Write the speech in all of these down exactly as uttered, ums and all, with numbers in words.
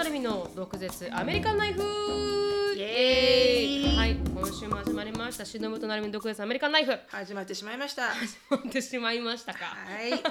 なるみの毒舌アメリカンナイフイエーイ。 はい、今週も始まりましたしのぶとなるみの毒舌アメリカンナイフ。 始まってしまいました始まってしまいましたか。 はいはい、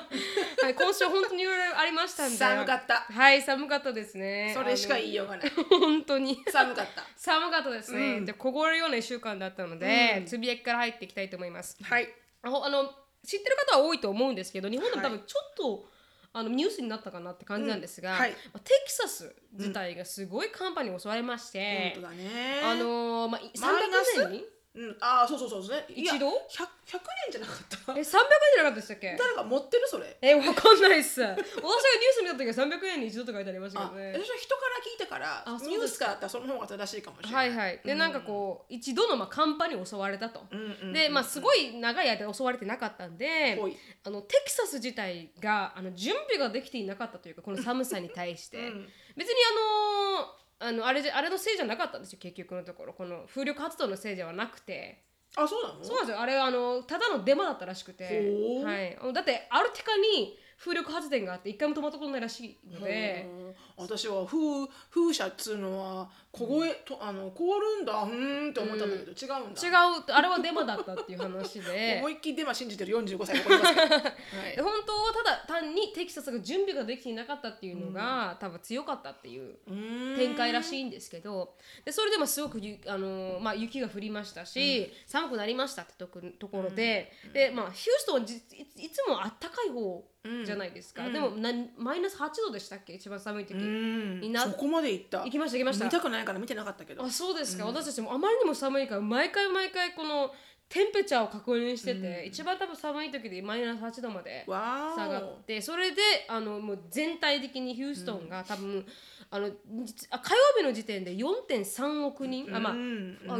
今週本当にいろいろありましたんで。 寒かった。 はい、寒かったですね。 それしか言いようがない。 本当に寒かった寒かったですね、 うん、 で凍るようないっしゅうかんだったので、 うん、 つぶやきから入っていきたいと思います。 はいああの知ってる方は多いと思うんですけど、日本でも多分はいちょっと、あのニュースになったかなって感じなんですが、 うんはいまあ、テキサス自体がすごい寒波に襲われまして、 本当だね。 あのーまあ、 マイナスさんびゃくねんにうん、ああそうそうそうですね。いや一度ひゃく, ひゃくねんじゃなかった。 えさんびゃくえんじゃなかったでしたっけ。 誰か持ってるそれ。 えわかんないっす。私がニュース見た時はさんびゃくえんに一度と書いてありましたけあどね。 私は人から聞いてからあそうですかニュースからだったらその方が正しいかもしれな。 はいいはい。で、 うんなんかこう一度のまあ寒波に襲われたと、 うんうんうんうん、 でまあすごい長い間襲われてなかったんで、 ほいあのテキサス自体があの準備ができていなかったというか、この寒さに対して、 うん、 別にあのあのあれじゃあれのせいじゃなかったんですよ、結局のところ。この風力発動のせいではなくて、 あそうなの。 そうなんですよ。あれはあのただのデマだったらしくて、 ほうはい、だってアルティカに風力発電があって一回も止まったことないらしいので、 うん、私は風風車っつうのは凍え、とあの凍るんだふーんって思ったんだけど、違うんだ。 違う、あれはデマだったっていう話で思いっきりデマ信じてるよんじゅうごさい残りますけど、はい、 で本当はただ単にテキサスが準備ができていなかったっていうのが、うん、多分強かったっていう展開らしいんですけど、でそれでもすごくあの、まあ、雪が降りましたし、うん、寒くなりましたってところで、うん、でまあ、ヒューストンはい、いつもあったかい方じゃないですか、うん、でもなマイナスはちどでしたっけ、一番寒い時にな。 そこまで行った。 行きました行きました。 見たくないから見てなかったけど。 あそうですか、 うん、 私たちもあまりにも寒いから毎回毎回このテンペチャーを確認してて、うん、一番多分寒い時でマイナスはちどまで下がって、それであのもう全体的にヒューストンが多分、うん、あのあ火曜日の時点で よんてんさんおくにん、うん、あまあ、うん、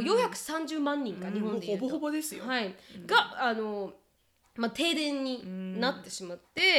よんひゃくさんじゅうまんにんか、うん、日本でいうとほぼほぼですよ、 はいうん、があのまあ、停電になってしまって、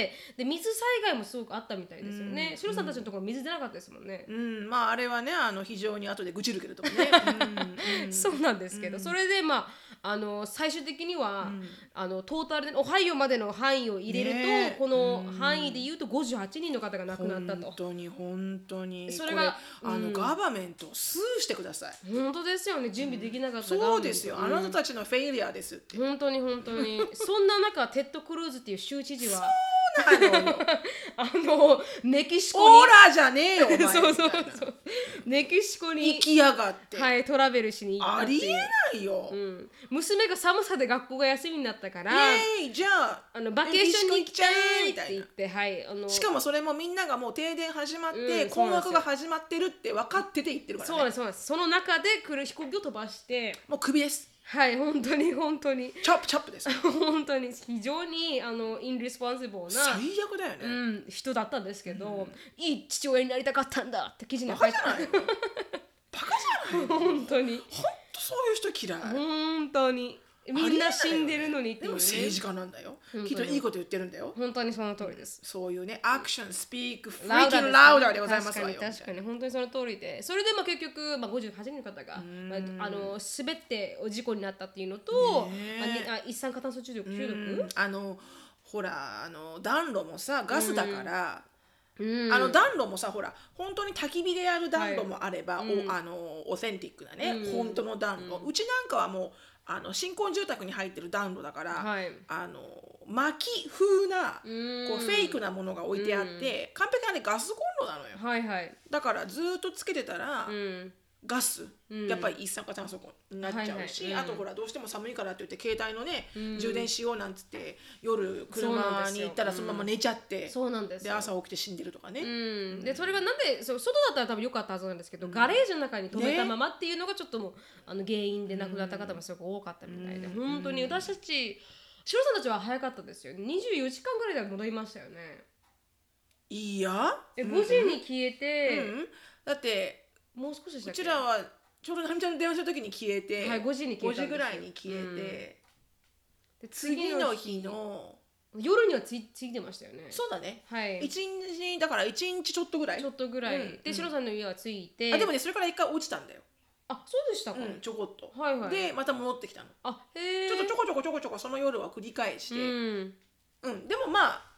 うん、で水災害もすごくあったみたいですよね。シロ、うん、さんたちのところ水出なかったですもんね。 うん、まああれはね、あの非常に後で愚痴るけれどもね。 うん、そうなんですけど、うん、それでまああの最終的には、うん、あのトータルでオハイオまでの範囲を入れると、ね、この範囲でいうとごじゅうはちにんの方が亡くなったと。 本当に本当に。 それがこれ、あの、うん、ガバメントスーしてください。 本当ですよね。準備できなかった、 うん、そうですよ。あなたたちのフェイリアですって。 本当に本当に。そんな中テッド・クルーズっていう州知事はそうなのよ。 あのメキシコにオーラじゃねえよお前そうそうそうメキシコに行きやがって、 はい、トラベルしに行ったっていう。 ありえないよ、 うん、娘が寒さで学校が休みになったから、 イエーイじゃああのバケーションに行きたいって言って、はい、あのしかもそれもみんながもう停電始まって、うん、困惑が始まってるって分かってて言ってるからね。 そうですそうです。その中で来る飛行機を飛ばしてもうクビです。 はい、本当に本当にチャップチャップです本当に非常にあのインリスポンシブルな最悪だよね、 うん、人だったんですけど、うん、いい父親になりたかったんだって記事にバ書いてカじゃないのバカじゃないの本当に本当そういう人嫌い。 本当にみんな死んでるのにっていう、ね、 でも政治家なんだよ。きっといいこと言ってるんだよ。 本当にその通りです。 そういうね、アクション、スピーク、フリーキンラウダーでございますわよ。 確かに確かに本当にその通りで、それでまあ結局、まあ、ごじゅうはちにんの方が、まあ、あの滑って事故になったっていうのと、まあ、一酸化炭素中毒中毒、 あのほらあの暖炉もさガスだから。 うん、 あの暖炉もさほら本当に焚き火でやる暖炉もあれば、はい、おあのオセンティックなね、うん、本当の暖炉、うん、うちなんかはもうあの新婚住宅に入ってる暖炉だから、はい、あの薪風な、うん、こうフェイクなものが置いてあって、うん、完璧な、ね、ガスコンロなのよ、 はいはい、 だからずっとつけてたら、うんガス、うん、やっぱり一酸化炭素になっちゃうし、はいはいうん、あとほらどうしても寒いからって言って携帯のね、うん、充電しようなんつって夜車に行ったらそのまま寝ちゃって、 そうなんですで朝起きて死んでるとかね、 うんうん、でそれがなんでそう外だったら多分良かったはずなんですけど、うん、ガレージの中に止めたままっていうのがちょっともう、ね、あの原因で亡くなった方もすごく多かったみたいで、うん、本当に私たちシロさんたちは早かったですよ。にじゅうよじかんぐらいで戻りましたよね。 いやえごじに消えて、 うんうん、だってもう少しでしたっけ。 うちらはちょうどなみちゃんの電話した時に消えて、 はい、ごじに消えたんですよ。 ごじぐらいに消えて、うん、で次の日の夜にはついついてましたよね。 そうだね、 はい、 いちにちだからいちにちちょっとぐらいちょっとぐらい、うん、でシロさんの家はついて、 あでもねそれから一回落ちたんだよ。 あ、そうでしたか、 うん、ちょこっと、 はいはい、 でまた戻ってきたの。 あ、へー、 ちょっとちょこちょこちょこちょこその夜は繰り返して、 うん、 うん、でもまあ、うん、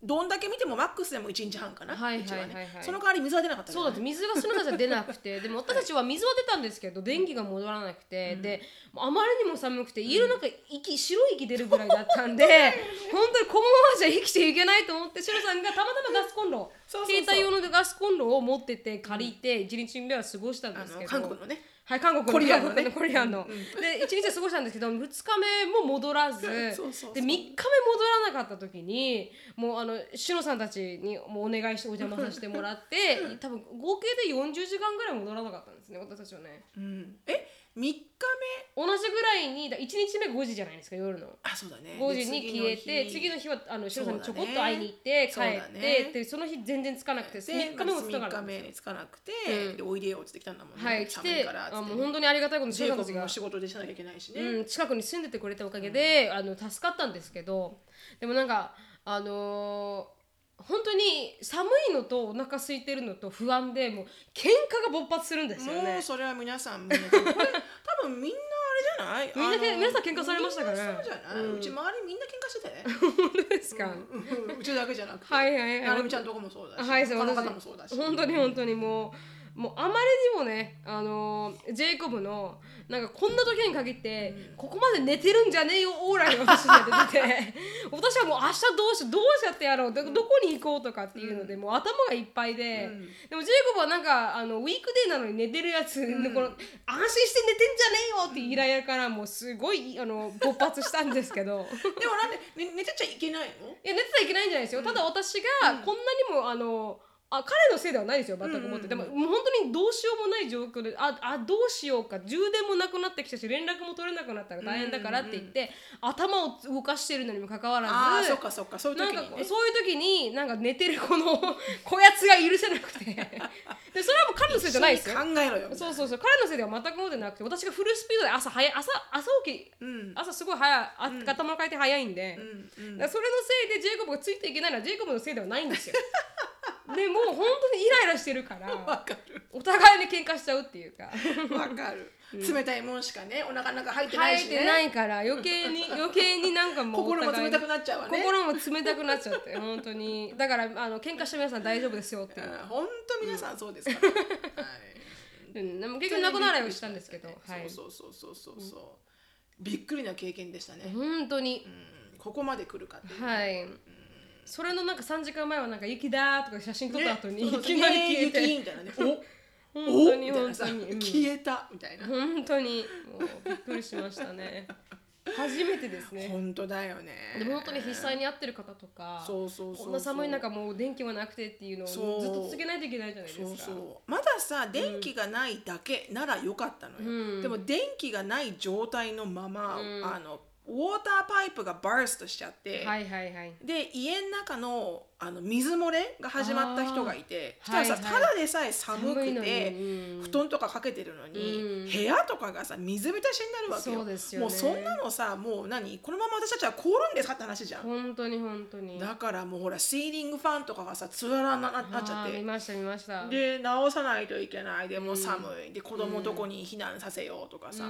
どんだけ見てもマックスでもいちにちはんかな、 はいはいはいはい、 うちはね。その代わり水は出なかった、ね、 そうだって水がそのたちは出なくてでも私たちは水は出たんですけど電気が戻らなくて、うん、であまりにも寒くて家の中息白い息出るぐらいだったんで、うん、本当にこのままじゃ生きていけないと思ってシロさんがたまたまガスコンロ携帯用のガスコンロを持ってて借りていちにちめは過ごしたんですけど、 韓国のねはい、韓国のコリアンのねコリアンの、うん、でいちにち過ごしたんですけどふつかめも戻らずそうそうそうでみっかめ戻らなかった時にもうあのシノさんたちにもうお願いしてお邪魔させてもらって多分合計でよんじゅうじかんぐらい戻らなかったんですね私たちはね、 うん、えみっかめ同じぐらいにいちにちめごじじゃないですか夜のあそうだねごじに消えて次の日はあのシロさんにちょこっと会いに行って帰って、ね、でその日全然つかなくてみっかめもつかなかったんですよみっかめにつかなくて、うん、でおいでよって来たんだもんねはい来てあもう本当にありがたいことにジェイコブも仕事でしなきゃいけないしね、 うん、近くに住んでてくれたおかげで、うん、あの助かったんですけどでもなんかあのー本当に寒いのとお腹空いてるのと不安でもう喧嘩が勃発するんですよね。 もうそれは皆さんみんなこれ多分みんなあれじゃないみんな皆さん喧嘩されましたからね。 そうじゃない、うん、うち周りみんな喧嘩してて本当ですか、 うんうん、うちだけじゃなくてはいはいはいなるみちゃんとこもそうだし、 はい、そう他の方もそうだし本当に本当にもうもうあまりにもね、あのー、ジェイコブのなんかこんな時に限って、うん、ここまで寝てるんじゃねえよオーライが私に出てて私はもう明日どうしどうしやってやろうどこに行こうとかっていうので、うん、もう頭がいっぱいで、うん、でもジェイコブはなんかあのウィークデーなのに寝てるやつ、うん、この安心して寝てんじゃねえよってイライラからもうすごいあの勃発したんですけどでもなんで、ね、寝てちゃいけないの？ いや寝てちゃいけないんじゃないですよ、ただ私がこんなにもあのあ彼のせいではないですよ全く思って、うんうんうん、でももう本当にどうしようもない状況でああどうしようか充電もなくなってきたし連絡も取れなくなったら大変だからって言って、うんうん、頭を動かしてるのにもかかわらずあそっかそっかそういう時に、ね、 なんかそういう時になんか寝てるこのこやつが許せなくてでそれはもう彼のせいじゃないですよ考えろよそうそうそう彼のせいでは全く思ってなくて私がフルスピードで朝早い朝朝起き、うん、朝すごい早いあ、うん、頭の回転早いんで、うんうん、だそれのせいでジェイコブがついていけないのはジェイコブのせいではないんですよでもう本当にイライラしてるからかるお互いに喧嘩しちゃうっていうかわかる、うん、冷たいもんしかねお腹の中入ってないしね入ってないから余計に余計になんかもう心も冷たくなっちゃうわね心も冷たくなっちゃって本当にだからあの喧嘩した皆さん大丈夫ですよっていう本当皆さんそうですから、うん、はいうん、でも結局亡くならいをしたんですけど、 はい、そうそうそうそうそう、うん、びっくりな経験でしたね本当に、 うん、ここまで来るかっていう、 はい、うん、それのなんかさんじかんまえはなんか雪だとか写真撮った後に、 ね、 いきなり消えて雪みたいなねお本当に本当に、 うん、消えたみたいな本当にもうびっくりしましたね初めてですね本当だよねでも本当に被災に遭ってる方とかそうそうそうそうこんな寒い中もう電気もなくてっていうのをずっと続けないといけないじゃないですかそうそうまださ電気がないだけならよかったのよ、うん、でも電気がない状態のまま、うん、あのウォーターパイプがバーストしちゃって、 はいはいはい、 で家の中の、あの水漏れが始まった人がいてそしたらさ、はいはい、ただでさえ寒くて、うん、布団とかかけてるのに、うん、部屋とかがさ水浸しになるわけよ。 そうですよね、 もうそんなのさもう何このまま私たちは凍るんですかって話じゃん。 本当に本当にだからもうほらシーリングファンとかがさつららななっちゃって見ました見ましたで直さないといけないでもう寒い、うん、で子供どこに避難させようとかさ、うん、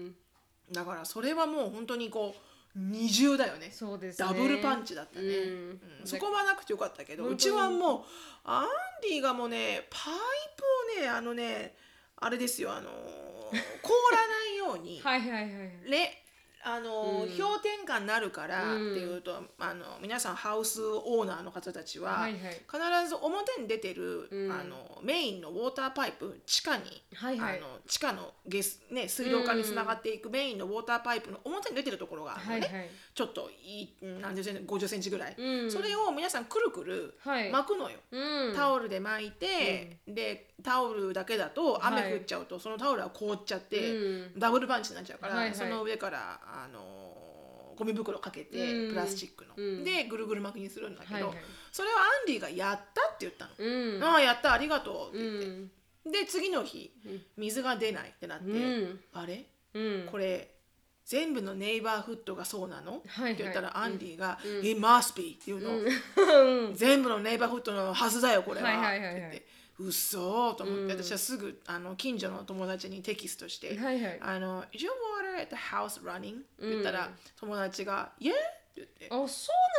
だからそれはもう本当にこう二重だよね。 そうですね。 ダブルパンチだったね、うんうん、そこはなくてよかったけどうちはもうアンディがもうねパイプをねあのねあれですよあの凍らないようにはいはいはい、 ねあの、うん、氷点下になるからっていうと、うん、あの皆さんハウスオーナーの方たちは、はいはい、必ず表に出てる、うん、あのメインのウォーターパイプ地下に、はいはい、あの地下のゲス、ね、水道管につながっていくメインのウォーターパイプの表に出てるところがあるのね、はいはい、ちょっとい何十センチごじゅっセンチぐらい、うん、それを皆さんくるくる巻くのよ、はい、タオルで巻いて、うん、でタオルだけだと雨降っちゃうと、はい、そのタオルは凍っちゃって、うん、ダブルパンチになっちゃうから、はいはい、その上からあのゴミ袋かけて、うん、プラスチックの、うん、でぐるぐる巻きにするんだけど、はいはい、それをアンディがやったって言ったの、うん、ああやったありがとうって言って、うん、で次の日水が出ないってなって、うん、あれ、うん、これ全部のネイバーフッドがそうなの、はいはい、って言ったらアンディが、うん、It must be っていうの、うん、全部のネイバーフッドのはずだよこれは、はいはいはいはい、って言ってうそと思って、うん、私はすぐあの近所の友達にテキストして、はいはい、あの Is your water at the house running? って言ったら、うん、友達が Yeah? って言ってあそ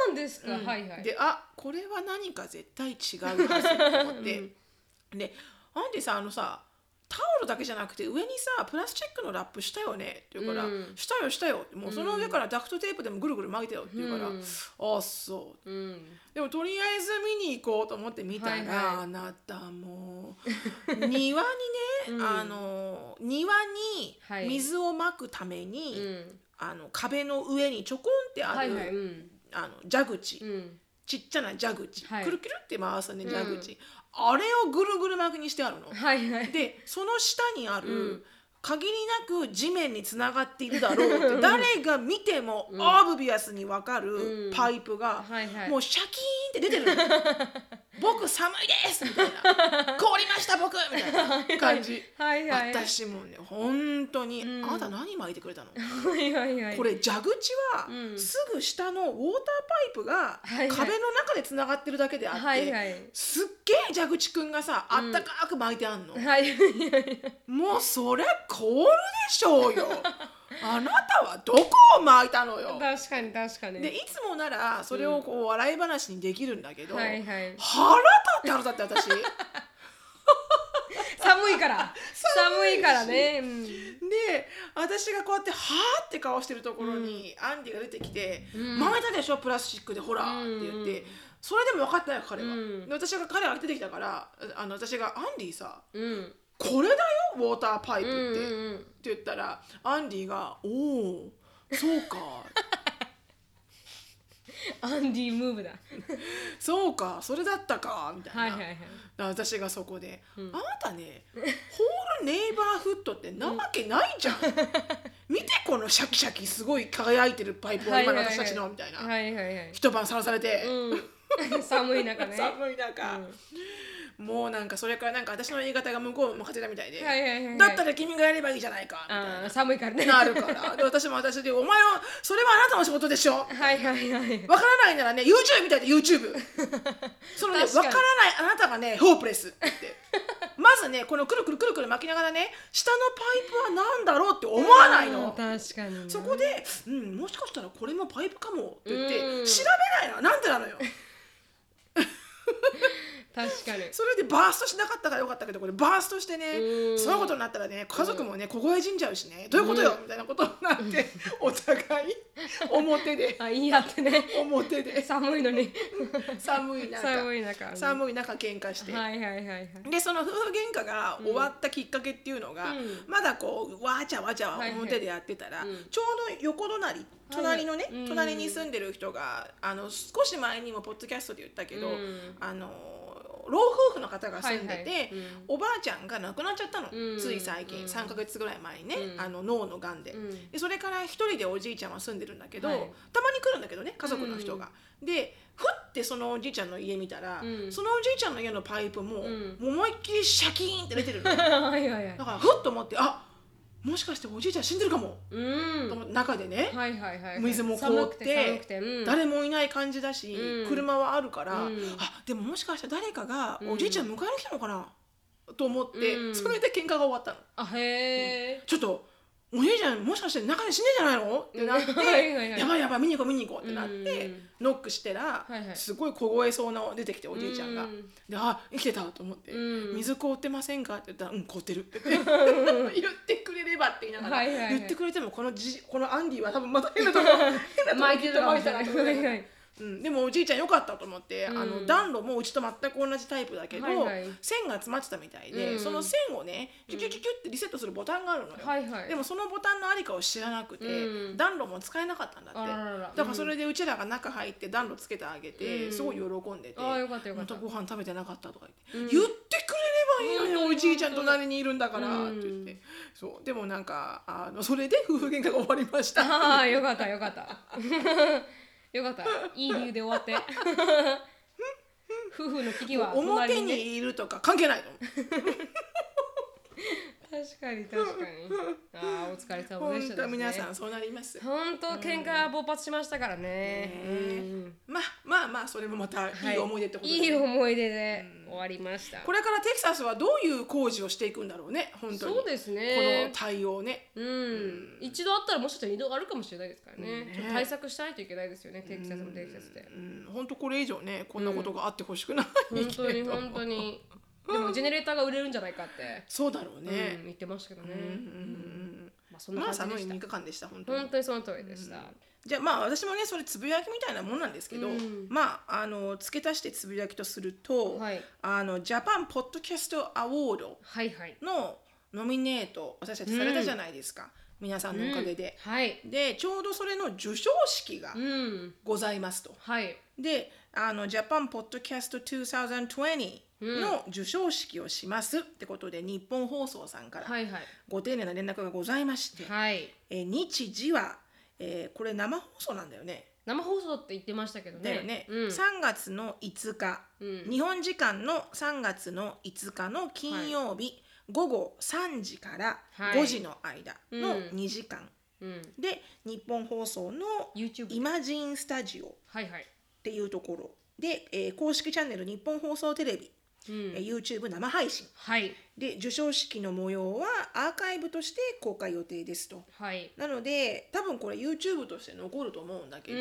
なんですか、 うん、 はいはい。 で、あ、これは何か絶対違うはずと思って、うん、で、アンディさん、あのさ、タオルだけじゃなくて上にさプラスチックのラップしたよねって言うから、うん、したよしたよ、もうその上からダクトテープでもぐるぐる巻いてよって言うから、うん、あ、そう、うん、でもとりあえず見に行こうと思って見たら、はいはい、あなたもう庭にね、うん、あの庭に水をまくために、はい、あの壁の上にちょこんってある、はいはい、うん、あの蛇口、うん、ちっちゃな蛇口、はい、くるくるって回すね蛇口、うん、あれをぐるぐる巻きにしてあるの、はいはい、でその下にある、うん、限りなく地面につながっているだろうって誰が見てもオーブビアスに分かるパイプが、うんはいはい、もうシャキーンって出てるの僕寒いですみたいな凍りました僕みたいな感じ、はいはい、私もね本当に、うん、あなた何巻いてくれたのはいはいはい、これ蛇口は、うん、すぐ下のウォーターパイプが壁の中でつながってるだけであって、はいはい、すっげえ蛇口くんがさあったかく巻いてあんの、うんはいはいはい、もうそれ凍るでしょうよあなたはどこを巻いたのよ。 確かに確かに。 でいつもならそれをこう笑い話にできるんだけど、うんはいはい、腹立って腹立って私寒いから寒いからね、うん、 で私がこうやってはーって顔してるところに、うん、アンディが出てきて、うん、巻いたでしょプラスチックでほら、うん、って言ってそれでも分かってない彼は、うん、で私が彼が出てきたからあの私がアンディさ、うんこれだよウォーターパイプって、うんうんうん、って言ったらアンディがおおそうかアンディムーブだそうかそれだったかみたいな、はいはいはい、私がそこで、うん、あなたねホールネイバーフットってなわけないじゃん、うん、見てこのシャキシャキすごい輝いてるパイプは今の私たちのみたいな、はいはいはい、一晩さらされて、 うん、寒い中ね寒い中、うんもうなんかそれからなんか私の言い方が向こうも勝てたみたいで、はいはいはいはい、だったら君がやればいいじゃないかみたいな寒いからねなるからで私も私でお前はそれはあなたの仕事でしょはいはいはい分からないならね YouTube みたいで YouTube そのね分からないあなたがねホープレスってまずねこのくるくるくるくる巻きながらね下のパイプは何だろうって思わないの確かにそこで、うん、もしかしたらこれもパイプかもって言って調べないのなんでなのよ確かにそれでバーストしなかったからよかったけどこれバーストしてねそういうことになったらね家族もね凍え死んじゃうしねどういうことよみたいなことになってお互い表であ言い合ってね表で寒いのに寒い中寒い中寒い中喧嘩してはいはいはいはいでその夫婦喧嘩が終わったきっかけっていうのが、うん、まだこうわちゃわちゃ表でやってたら、はいはい、ちょうど横隣隣のね、はいはい、隣に住んでる人があの少し前にもポッドキャストで言ったけど、うん、あの老夫婦の方が住んでて、はいはいうん、おばあちゃんが亡くなっちゃったの、うん、つい最近、うん、さんかげつぐらい前にね、うん、あの脳のがんで、うん、でそれから一人でおじいちゃんは住んでるんだけど、はい、たまに来るんだけどね家族の人が、うん、でふってそのおじいちゃんの家見たら、うん、そのおじいちゃんの家のパイプも、うん、もう思いっきりシャキーンって出てるのはいはい、はい、だからふっと思ってあもしかしておじいちゃん死んでるかも、うん、中でね、はいはいはいはい、水も凍って、うん、誰もいない感じだし、うん、車はあるから、うん、あでももしかしたら誰かがおじいちゃん迎えに来たのかな、うん、と思って、うん、それで喧嘩が終わったの。あへー、うん、ちょっとおじいちゃんもしかして中で死んでんじゃないのってなって、はいはいはい、やばいやばい見に行こう見に行こうってなって、うん、ノックしてら、はいはい、すごい凍えそうな出てきておじいちゃんが、うん、であ生きてたと思って、うん、水凍ってませんかって言ったらうん凍ってるって言ってくれればって言いながら、はいはいはい、言ってくれてもこのじこのアンディは多分また変なとこ変なとこきっと巻いたなと思って。うん、でもおじいちゃんよかったと思って、うん、あの暖炉もうちと全く同じタイプだけど、はいはい、線が詰まってたみたいで、うん、その線をねキュキュキュキュってリセットするボタンがあるのよ、はいはい、でもそのボタンのありかを知らなくて、うん、暖炉も使えなかったんだって、だからそれでうちらが中入って暖炉つけてあげて、うん、すごい喜んでて、あよかったよかったご飯食べてなかったとか言って、うん、言ってくれればいいのよ、うん、おじいちゃん隣にいるんだから、うん、って言ってそうでもなんかあのそれで夫婦喧嘩が終わりました。 ああよかったよかったよかったいい理由で終わって夫婦の危機は表にいるとか関係ないと思う確かに確かにああお疲れ様でしたですね。 皆さんそうなります。 本当喧嘩勃発しましたからね、 うん、まあまあまあそれもまたいい思い出ってことで、ね、 はい、いい思い出で終わりました。 これからテキサスはどういう工事をしていくんだろうね、本当に。 そうですね。 この対応ね。 うん。うん、一度あったらもしかしたら二度あるかもしれないですからね。ね、ちょっと対策しないといけないですよね、テキサスもテキサスで。 うん、本当これ以上ね、こんなことがあってほしくないけど、 うん、本当に本当に。でもジェネレーターが売れるんじゃないかってそうだろうね、 うん、言ってましたけどね。うんうんうん、まあそんな感じでした。まあ寒いみっかかんでした本当に。 本当にその通りでした。うん、 じゃあまあ私もねそれつぶやきみたいなもんなんですけど、うん、まああの付け足してつぶやきとすると、はい、あのジャパンポッドキャストアワードのノミネート私たちされたじゃないですか。うん皆さんのおかげで、うんはい、でちょうどそれの授賞式がございますと、うんはい、であのジャパンポッドキャストにせんにじゅうの授賞式をしますってことで、うん、日本放送さんからご丁寧な連絡がございまして、はい、え日時は、えー、これ生放送なんだよね。 生放送って言ってましたけどね。だよね、 うん、さんがつのいつか、うん、日本時間のさんがつのいつかの金曜日、はい午後さんじからごじの間のにじかん、はいうん、で日本放送のイマジンスタジオっていうところで、えー、公式チャンネル日本放送テレビ、うん、YouTube 生配信、はい、で授賞式の模様はアーカイブとして公開予定ですと、はい、なので多分これ YouTube として残ると思うんだけど、うん、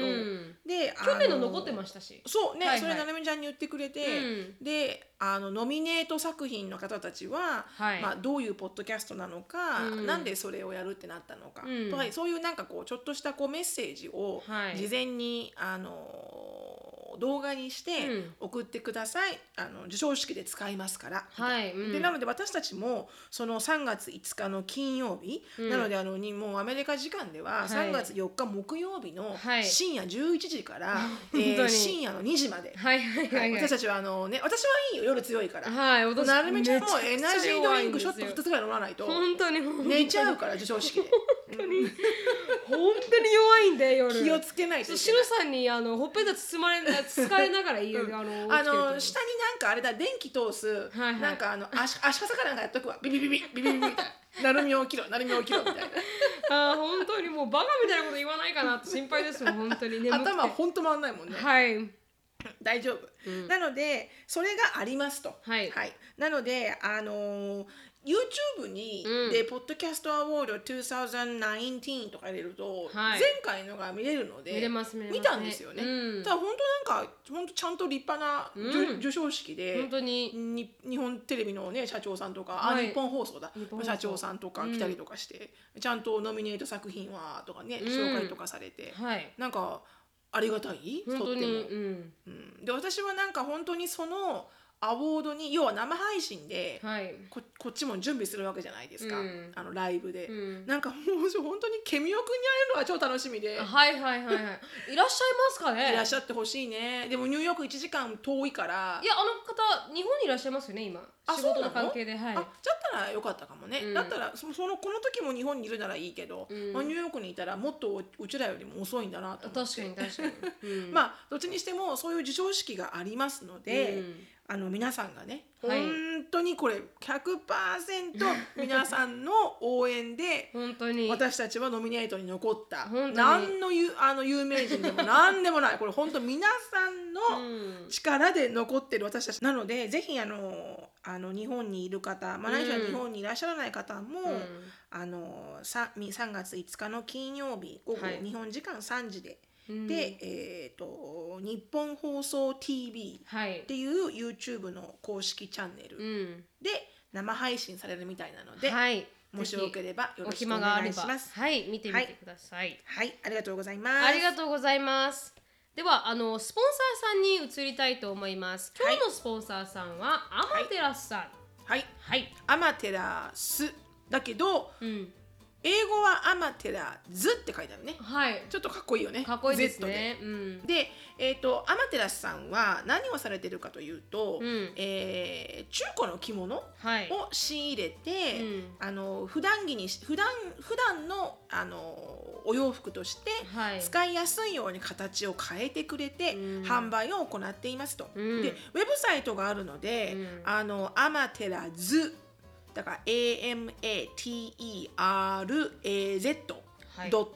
で去年の残ってましたしそうね、はいはい、それななみちゃんに言ってくれて、うん、であのノミネート作品の方たちは、はいまあ、どういうポッドキャストなのか、うん、なんでそれをやるってなったのか、うんとはい、そういうなんかこうちょっとしたこうメッセージを事前に、はい、あの動画にして送ってください、うん、あの授賞式で使いますから、はいうん、でなので私たちもそのさんがついつかの金曜日、うん、なのであのにもうアメリカ時間ではさんがつよっか木曜日の深夜じゅういちじから、はいえー、深夜のにじまで、はいはいはいはい、私たちはあの、ね、私はいいよ夜強いから、はい、なるみちゃんもエナジードリンクショットふたつぐらい飲まないと本当に本当に寝ちゃうから授賞式で本当に、うん、本当に弱いんで夜気をつけないといけない。 シロさんにあのほっぺた包まれつかれながらいいよ、うん、あのあの下になんかあれだ電気通す、はいはい、なんかあの足足かさかなんかやっとくわビビビビビビビビみたいななるみ起きろなるみ起きろみたいなあ本当にもうバカみたいなこと言わないかなって心配ですもん本当に頭本当回んないもんね。 はい大丈夫、うん、なのでそれがありますと、はいはい、なのであのー、YouTube に、うん、でポッドキャストアワードにせんじゅうきゅうとか入れると、はい、前回のが見れるので見れます見れます、ね、 見たんですよね、うん、ただ本当なんか本当ちゃんと立派な、うん、授賞式で本当にに日本テレビの、ね、社長さんとか、はい、あ日本放送だ社長さんとか来たりとかして、うん、ちゃんとノミネート作品はとかね、うん、紹介とかされて、はい、なんかありがたい本当に、 とっても、うんうん、で私はなんか本当にそのアワードに要は生配信で、はい、こ, こっちも準備するわけじゃないですか、うん、あのライブで、うん、なんかもう本当にケミオくんに会えるのは超楽しみではいはいはいはいいらっしゃいますかね。 いらっしゃってほしいね。でもニューヨークいちじかん遠いからいやあの方日本にいらっしゃいますよね今仕事の関係で、はい、 あじゃったらよかったかもね、うん、だったらそのこの時も日本にいるならいいけど、うんまあ、ニューヨークにいたらもっとうちらよりも遅いんだなと思って確かに確かに、うん、 まあどっちにしてもそういう授賞式がありますので、うんあの皆さんがね、はい、本当にこれ ひゃくパーセント 皆さんの応援で本当に私たちはノミネートに残った何のゆあの有名人でも何でもないこれ本当皆さんの力で残ってる私たちなのでぜひあのあの日本にいる方、まあ、ないしは日本にいらっしゃらない方も、うん、あの 3, さんがついつかの金曜日午後、はい、日本時間さんじでで、うんえー、と日本放送 ティーブイ っていう YouTube の公式チャンネルで生配信されるみたいなので、はい、もしよければよろしくお願いします。 はい見てみてください。 はい、はい、ありがとうございます。 ありがとうございます。ではあのスポンサーさんに移りたいと思います。今日のスポンサーさんはアマテラスさん。 はい、はい、アマテラスだけど、うん英語はアマテラズって書いてあるね、はい、ちょっとかっこいいよね。 かっこいいですね。 Z で、うん、で、えーと、アマテラスさんは何をされてるかというと、うんえー、中古の着物を仕入れて、はいうん、あの普段着に普段普段のあのお洋服として使いやすいように形を変えてくれて、うん、販売を行っていますと、うん、でウェブサイトがあるので、うん、あのアマテラズだから エーエムエーティーイーアールエーゼット ドッ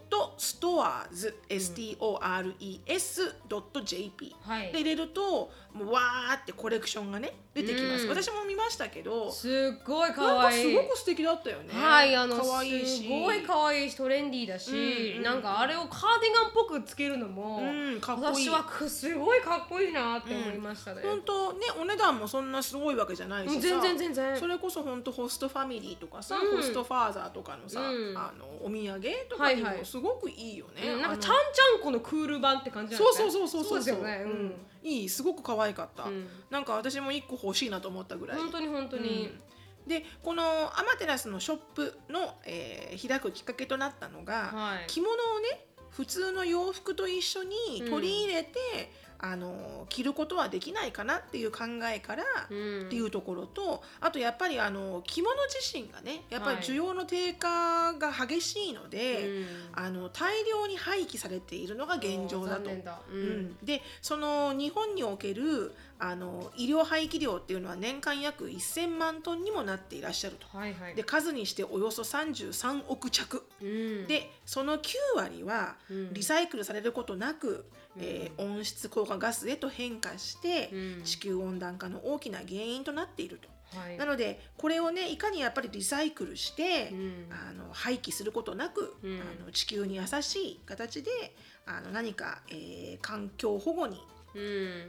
ストアーズ エスティーオーアールイーエス ドット ジェーピー、はい、で入れるともうわーってコレクションがね出てきます、うん、私も見ましたけどすっごい可愛い、 なんかすごく素敵だったよね。 はいあの可愛いしすごい可愛いしトレンディーだし、うんうん、なんかあれをカーディガンっぽくつけるのも、うん、かっこいい。私はすごいかっこいいなって思いましたね。 本当、うん、ねお値段もそんなすごいわけじゃないしさ、 全然全然それこそ本当ホストファミリーとかさ、うん、ホストファーザーとかのさ、うん、あのお土産とかにもすごくいいよね、はいはい、 うん、なんかちゃんちゃんこのクール版って感じなんですね。そうそうそうそうそうですよね、うん、 いいすごく可愛かった、うん、なんか私もいっこ欲しいなと思ったぐらい本当に本当に、 うん、でこのアマテラスのショップの、えー、開くきっかけとなったのが、はい、着物をね普通の洋服と一緒に取り入れて、うん、あの着ることはできないかなっていう考えからっていうところと、あとやっぱりあの着物自身がねやっぱり需要の低下が激しいので、はい、あの大量に廃棄されているのが現状だと。 残念だ、うんうん、でその日本におけるあの医療廃棄量っていうのは年間約せんまんトンにもなっていらっしゃると、 はいはい、 で数にしておよそさんじゅうさんおくちゃく、うん、でそのきゅうわりはリサイクルされることなく、うんえー、温室効果ガスへと変化して、うん、地球温暖化の大きな原因となっていると、はい、なのでこれをねいかにやっぱりリサイクルして、うん、あの廃棄することなく、うん、あの地球に優しい形であの何か、えー、環境保護にうん、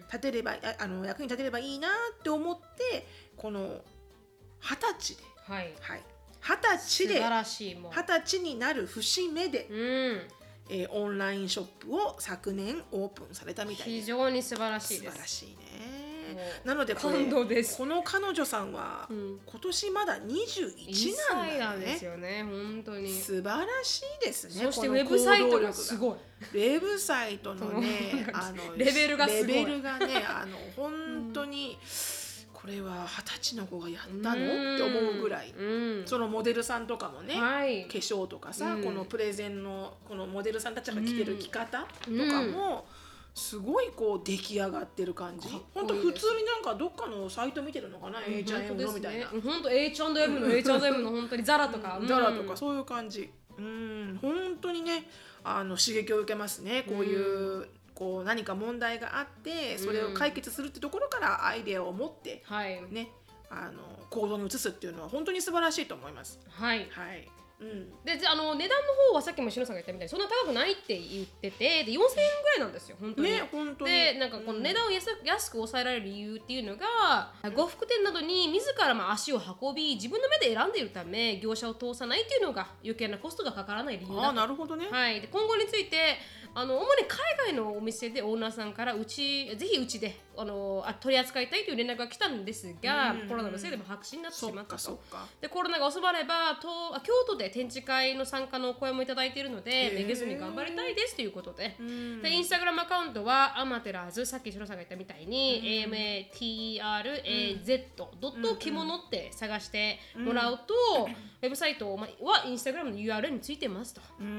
立てればあの役に立てればいいなって思ってこのはたちで、はいはい、はたちではたちになる節目で、うんえー、オンラインショップを昨年オープンされたみたいです。 非常に素晴らしいです。 素晴らしいね。なのでこれ感動です。 この彼女さんは、うん、今年まだにじゅういちなんだよね。 なんですよね。本当に素晴らしいですね。 そしてウェブサイトがすごい。 ウェブサイトのねあのレベルがすごい。 レベルがねあの本当に、うん、これは二十歳の子がやったのって思うぐらい、うん、そのモデルさんとかもね、はい、化粧とかさ、うん、このプレゼンのこのモデルさんたちが着てる着方とかも、うんすごいこう出来上がってる感じ。本当普通になんかどっかのサイト見てるのかな、うん、エイチアンドエム のみたいな。 本当 エイチアンドエム の エイチアンドエム の本当にザラとか、 うん、ザラとかそういう感じ。うん本当にねあの刺激を受けますね。こういう、うん、こう何か問題があってそれを解決するってところからアイデアを持って、うん、ねあの行動に移すっていうのは本当に素晴らしいと思います。 はいはいうん、 であの値段の方はさっきも篠さんが言ったみたいにそんな高くないって言っててでよんせんえんぐらいなんですよ本当に。 ね、本当にでなんかこの値段を安、うん、安く抑えられる理由っていうのが、うん、呉服店などに自らまあ足を運び自分の目で選んでいるため業者を通さないっていうのが余計なコストがかからない理由だと。 あ、なるほどね。 はい、で今後についてあの主に海外のお店でオーナーさんからうちぜひうちであのあ取り扱いたいという連絡が来たんですが、うん、コロナのせいでも白紙になってしまったと。でコロナが収まればと京都で展示会の参加のお声もいただいているのでめげずに頑張りたいですということで、うん、でインスタグラムアカウントはアマテラーズさっき白さんが言ったみたいに、うん、エーエムエーティーアールエーゼット ドット着物って探してもらうと、うん、ウェブサイトはインスタグラムの ユーアールエル についてますと、うん、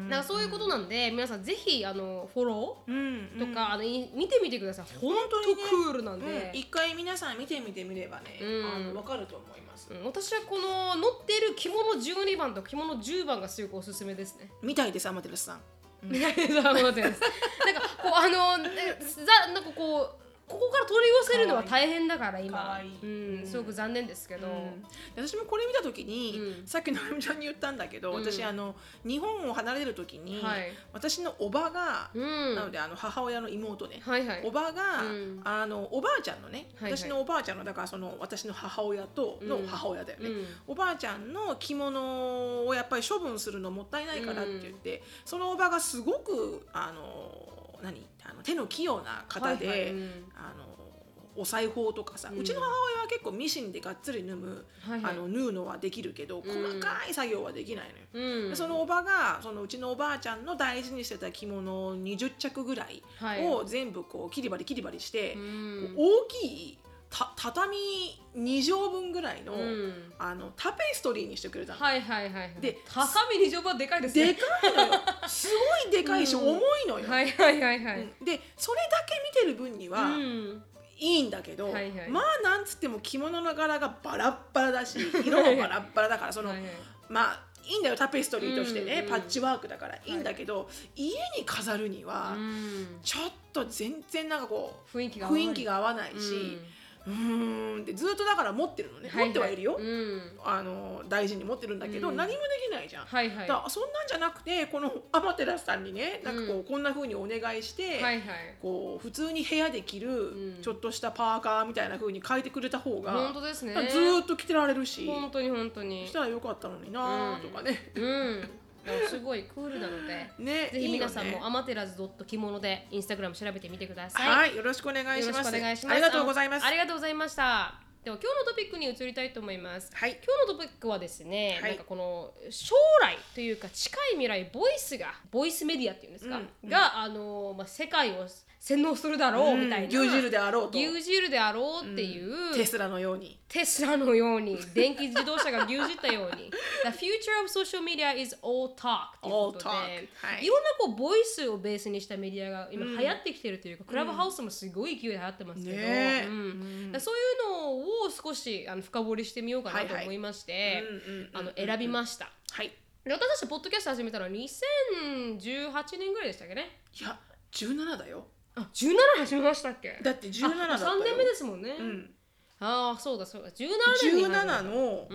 だからそういうことなんで皆さんぜひあのフォローとか、うんうん、あの見てみてください。本当にクールなんで、ねうん、一回皆さん見てみてみればね、うん、あの分かると思います、 うん、私はこの載っている着物じゅうにばんと着物じゅうばんがすごくおすすめですね。 みたいですアマテラスさん。 みたいですアマテラスなんかこうあのざなんかこうここから取り寄せるのは大変だから今、うん、すごく残念ですけど、うん、 私もこれ見た時に、うん、さっきのあゆみちゃんに言ったんだけど、うん、私あの日本を離れる時に、はい、私のおばが、うん、なのであの母親の妹ね、はいはい、おばが、うん、あのおばあちゃんのね、はいはい、私のおばあちゃんのだからその私の母親との母親だよね、うん、おばあちゃんの着物をやっぱり処分するのもったいないからって言って、うん、そのおばがすごくあの何あの手の器用な方で、はいはいうん、あのお裁縫とかさ、うん、うちの母親は結構ミシンでがっつり縫む、はいはい、あの縫うのはできるけど、うん、細かい作業はできないのよ、うん、でそのおばがそのうちのおばあちゃんの大事にしてた着物にじゅっちゃくぐらいを全部こう切り張り切り張りして、うん、大きいた畳にじょうぶんぐらいの、うん、あのタペストリーにしてくれたの。 はいはいはい。で、畳にじょうぶんはでかいですね。 でかいのよ。すごいでかいし、うん、重いのよ。 はいはいはいはい。 うん、で、それだけ見てる分には、うん、いいんだけど、はいはい、まあなんつっても着物の柄がバラッバラだし、色もバラッバラだからそのはい、はい、まあいいんだよタペストリーとしてね、うんうん、パッチワークだからいいんだけど、はい、家に飾るにはちょっと全然なんかこう雰囲気が合わない、雰囲気が合わないし、うんうーんでずっとだから持ってるのね、はいはい、持ってはいるよ、うん、あの大事に持ってるんだけど、うん、何もできないじゃん、はいはい、だそんなんじゃなくてこのアマテラスさんにねなんかこう、うん、こんな風にお願いして、はいはい、こう普通に部屋で着る、うん、ちょっとしたパーカーみたいな風に変えてくれた方が本当ですね、 ずっと着てられるし本当に本当にしたらよかったのになとかね、 うん、うんすごいクールなので、ね、ぜひ皆さんもアマテラズ着物でインスタグラム調べてみてください。 はい、よろしくお願いします。ありがとうございます。 ありがとうございました。では今日のトピックに移りたいと思います。はい、今日のトピックはですね、はい、なんかこの将来というか近い未来ボイスがボイスメディアっていうんですか、うん、があのまあ世界を洗脳するだろうみたいな、うん、 牛耳るであろうと牛耳るであろうっていう、 うん、テスラのようにテスラのように電気自動車が牛耳ったようにThe future of social media is all talk ということで、はい、いろんなこうボイスをベースにしたメディアが今流行ってきてるというか、うん、クラブハウスもすごい勢いで流行ってますけど、ねうんうん、そういうのを少しあの深掘りしてみようかなと思いまして選びました、はい、で私たちポッドキャスト始めたのはにせんじゅうはちねんぐらいでしたっけね。 いやじゅうななだよ。 あ、じゅうなな始めましたっけ。 だってじゅうななだったよ。 さんねんめですもんね、うん、ああそうだそうだじゅうななねんにじゅうななの、うん、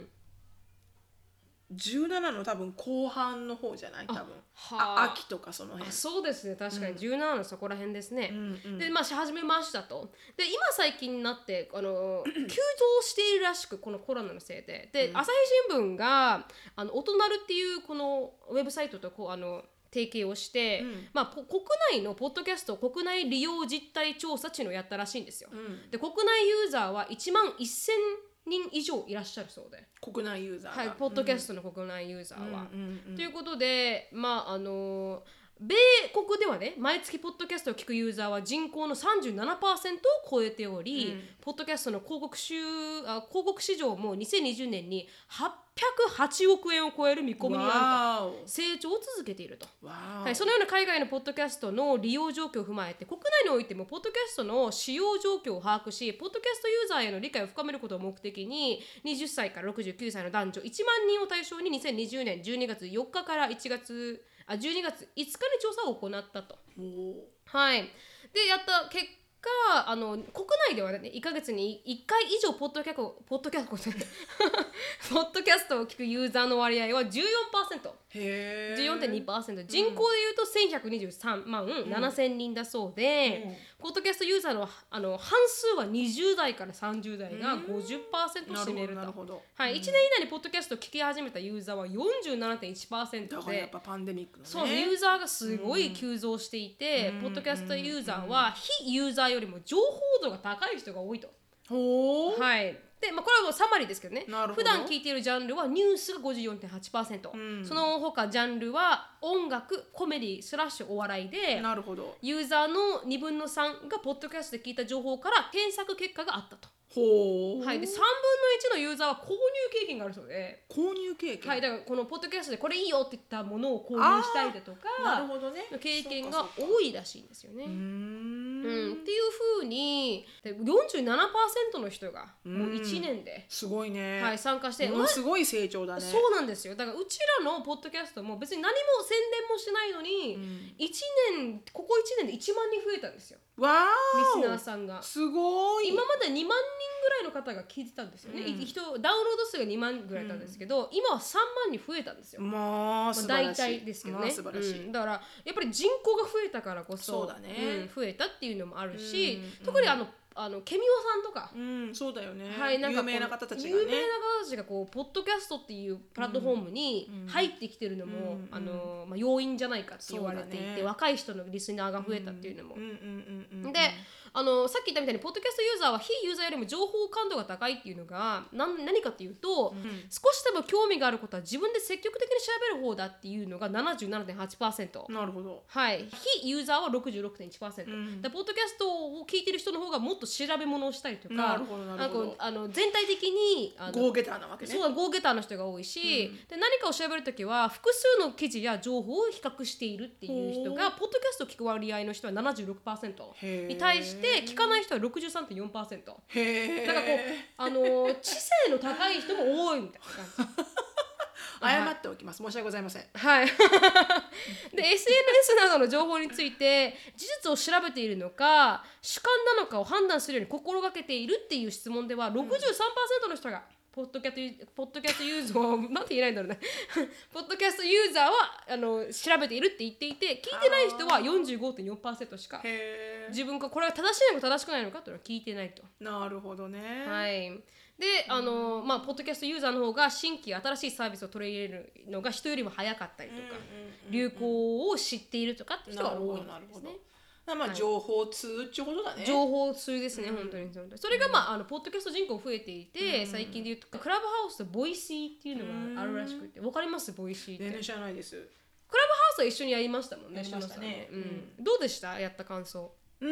じゅうななの多分後半の方じゃない多分あ秋とかその辺。 あそうですね確かにじゅうななのそこら辺ですね、うん、でまあし始めましたと。で今最近になってあの急増しているらしくこのコロナのせいでで、うん、朝日新聞があの音なるっていうこのウェブサイトとこうあの提携をして、うんまあ、国内のポッドキャスト国内利用実態調査っていうのをやったらしいんですよ、うん、で国内ユーザーはいちまんせんにん以上いらっしゃるそうで国内ユーザーが、はい、ポッドキャストの国内ユーザーは、うんうんうん、ということでまああの米国ではね毎月ポッドキャストを聞くユーザーは人口の さんじゅうななパーセント を超えており、うん、ポッドキャストの広告収あ広告市場もにせんにじゅうねんにはっぴゃくはちおくえんを超える見込みにあると成長を続けていると、はい、そのような海外のポッドキャストの利用状況を踏まえて国内においてもポッドキャストの使用状況を把握しポッドキャストユーザーへの理解を深めることを目的にはたちからろくじゅうきゅうさいの男女いちまんにんを対象ににせんにじゅうねんじゅうにがつよっかからいちがつあじゅうにがついつかに調査を行ったと。はい、でやった結果あの国内ではねいっかげつにいっかい以上ポッドキャストポッドキャストポッドキャストを聞くユーザーの割合は じゅうよんパーセント へー じゅうよんてんにパーセント 人口でいうとせんひゃくにじゅうさんまんななせんにんだそうで、うん、ポッドキャストユーザーの、あの半数はにじゅうだいからさんじゅうだいが ごじゅっパーセント 占めると、はい、いちねん以内にポッドキャストを聞き始めたユーザーは よんじゅうななてんいちパーセント でだからやっぱパンデミックのねそうユーザーがすごい急増していて、うん、ポッドキャストユーザーは非ユーザーよりも情報度が高い人が多いと。ほーはいでまあ、これはもうサマリーですけどね普段聞いているジャンルはニュースが ごじゅうよんてんはちパーセント、うん、その他ジャンルは音楽コメディスラッシュお笑いでなるほどユーザーのにぶんのさんがポッドキャストで聞いた情報から検索結果があったと。ほーはい、でさんぶんのいちのユーザーは購入経験があるそうで購入経験はいだからこのポッドキャストでこれいいよって言ったものを購入したりだとかなるほど、ね、 経験が多いらしいんですよね。うーんうんっていう風にで よんじゅうななパーセント の人がもういちねんですごいね、 はい、参加してものすごい成長だね。 そうなんですよだからうちらのポッドキャストも別に何も宣伝もしてないのに、うん、いちねんここいちねんでいちまんにん増えたんですよ。 わーリスナーさんがすごい今までにまんにんぐらいの方が聞いてたんですよね、うん、人ダウンロード数がにまんぐらいなんですけど、うん、今はさんまんに増えたんですよ。 まあ素晴らしい、まあ、 大体ですけどね、 まあ、素晴らしい、 うん、だからやっぱり人口が増えたからこそそうだね、 うん、増えたっていうのもあるし、うん、特にあのあのケミオさんとか、 うん、そうだよね、 はい、なんか有名な方たちがね有名な方たちがこうポッドキャストっていうプラットフォームに入ってきてるのも、うん、あのまあ、要因じゃないかって言われていて、ね、若い人のリスナーが増えたっていうのも、うんうんうんうん、であのさっき言ったみたいにポッドキャストユーザーは非ユーザーよりも情報感度が高いっていうのが 何, 何かっていうと、うん、少しでも興味があることは自分で積極的に調べる方だっていうのが ななじゅうななてんはちパーセントなるほど、 はい、非ユーザーは ろくじゅうろくてんいちパーセント、うん、だポッドキャストを聞いてる人の方がもっと調べ物をしたりとかなるほどなるほどあの全体的にあのゴーゲターなわけね。 そうゴーゲターの人が多いし、うん、で何かを調べるときは複数の記事や情報を比較しているっていう人がポッドキャストを聞く割合の人は ななじゅうろくパーセント に対して聞かない人は ろくじゅうさんてんよんパーセント へーだからこうあの知性の高い人も多いみたいな感じ謝っておきます。申し訳ございません。 はい。で エスエヌエス などの情報について事実を調べているのか主観なのかを判断するように心がけているっていう質問では ろくじゅうさんパーセント の人がポッドキャスト、ポッドキャストユーザーをなんて言えないんだろうねポッドキャストユーザーはあの調べているって言っていて、聞いてない人は よんじゅうごてんよんパーセント しか自分がこれが正しいのか正しくないのかというのは聞いてないと。 なるほどね。 はい。で、あのまあポッドキャストユーザーの方が新規新しいサービスを取り入れるのが人よりも早かったりとか、流行を知っているとかって人が多いんですね。 まあ情報通ってことだね。 情報通ですね、うん、本当に本当に。それがまああのポッドキャスト人口増えていて、うん、最近で言うとクラブハウスとボイシーっていうのがあるらしくて、わかります？ボイシーって。 全然知らないです。 クラブハウスは一緒にやりましたもんね。 やりましたね。 うんうん、どうでした？やった感想。 うん、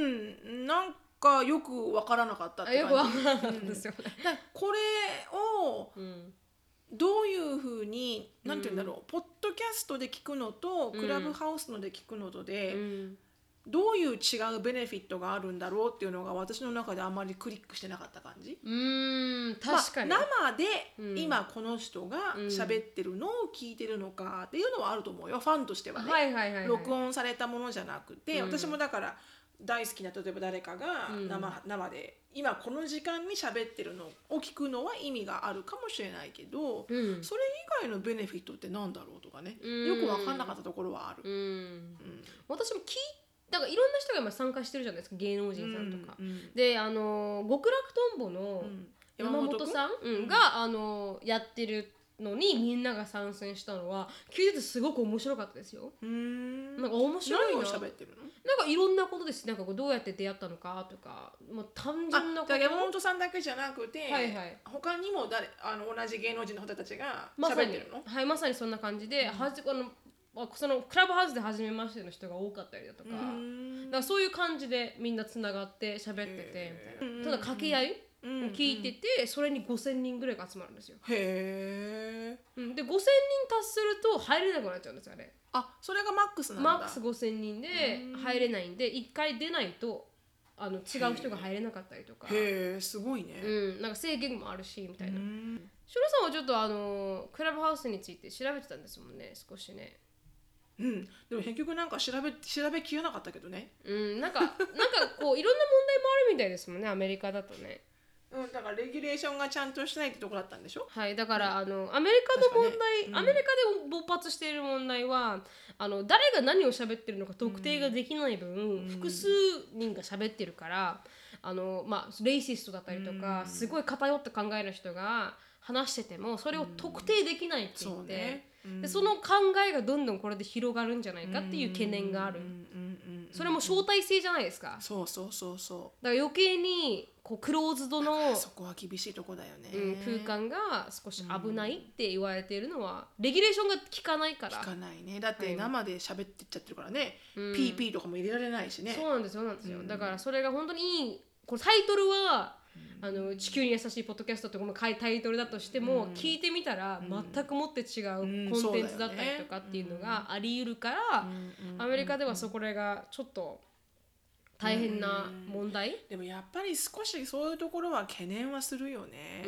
なんかよくわからなかったって感じ。 よくわからなかったですよね。 うん、これを、うんどういうふうになんて言うんだろう、うん、ポッドキャストで聞くのとクラブハウスので聞くのとで、うん、どういう違うベネフィットがあるんだろうっていうのが私の中であんまりクリックしてなかった感じ。 うーん確かに、 まあ、生で今この人が喋ってるのを聞いてるのかっていうのはあると思うよ、ファンとしてはね、 はいはいはいはい、 録音されたものじゃなくて、うん、私もだから大好きな例えば誰かが 生,、うん、生で今この時間に喋ってるのを聞くのは意味があるかもしれないけど、うん、それ以外のベネフィットってなんだろうとかね、うん、よく分かんなかったところはある、うんうん、 私も聞いだからいろんな人が今参加してるじゃないですか、芸能人さんとか、うんうん、であの極楽とんぼの山本さん、うん、があのやってるのにみんなが参戦したのは聞いててすごく面白かったですよ。うーんなんか面白いな。 何を喋ってるの？ なんかいろんなことです。なんかどうやって出会ったのかとか、もう単純なこと。 あ、山本さんだけじゃなくて、 はいはい、 他にも誰あの同じ芸能人の方たちが喋ってるの？ ま、はい、まさにそんな感じで、うん、はじあのそのクラブハウスで初めましての人が多かったりだとか、だからそういう感じでみんなつながって喋っててみたいな。ただ掛け合い聞いてて、それにごせんにんぐらいが集まるんですよ。 へー、 うん、でごせんにん達すると入れなくなっちゃうんですよあれ。 あ、それがマックスなんだ。 マックスごせんにんで入れないんで、いっかい出ないとあの違う人が入れなかったりとか。 へー、すごいね。 うん、なんか制限もあるしみたいな。シロさんはちょっとあのクラブハウスについて調べてたんですもんね、少しね。 うん、でも結局なんか調べ調べきらなかったけどね。 うん、なんかなんかこういろんな問題もあるみたいですもんね、アメリカだとね。 うん、だからレギュレーションがちゃんとしてないってところだったんでしょ。 はい、だから、うん、あのアメリカの問題、ね、うん、アメリカで勃発している問題はあの誰が何を喋ってるのか特定ができない分、うん、複数人が喋ってるからあの、まあ、レイシストだったりとか、うん、すごい偏った考えの人が話しててもそれを特定できないって言って、うん、そうね、うん、でその考えがどんどんこれで広がるんじゃないかっていう懸念がある、うんうんうんうん、それも招待制じゃないですか。 そうそうそうそう。 だから余計にこうクローズドのそこは厳しいとこだよね、 うん、空間が少し危ないって言われているのは、うん、レギュレーションが効かないから。 効かないね。だって生で喋ってっちゃってるからね、はい、ピーピー とかも入れられないしね、 うん、そうなんですよ、そうなんですよ、うん、だからそれが本当にいい。これタイトルはあの地球に優しいポッドキャストってこのタイトルだとしても、うん、聞いてみたら全くもって違うコンテンツだったりとかっていうのがあり得るから、うん、アメリカではそこらがちょっと大変な問題、 うん、でもやっぱり少しそういうところは懸念はするよね、うん、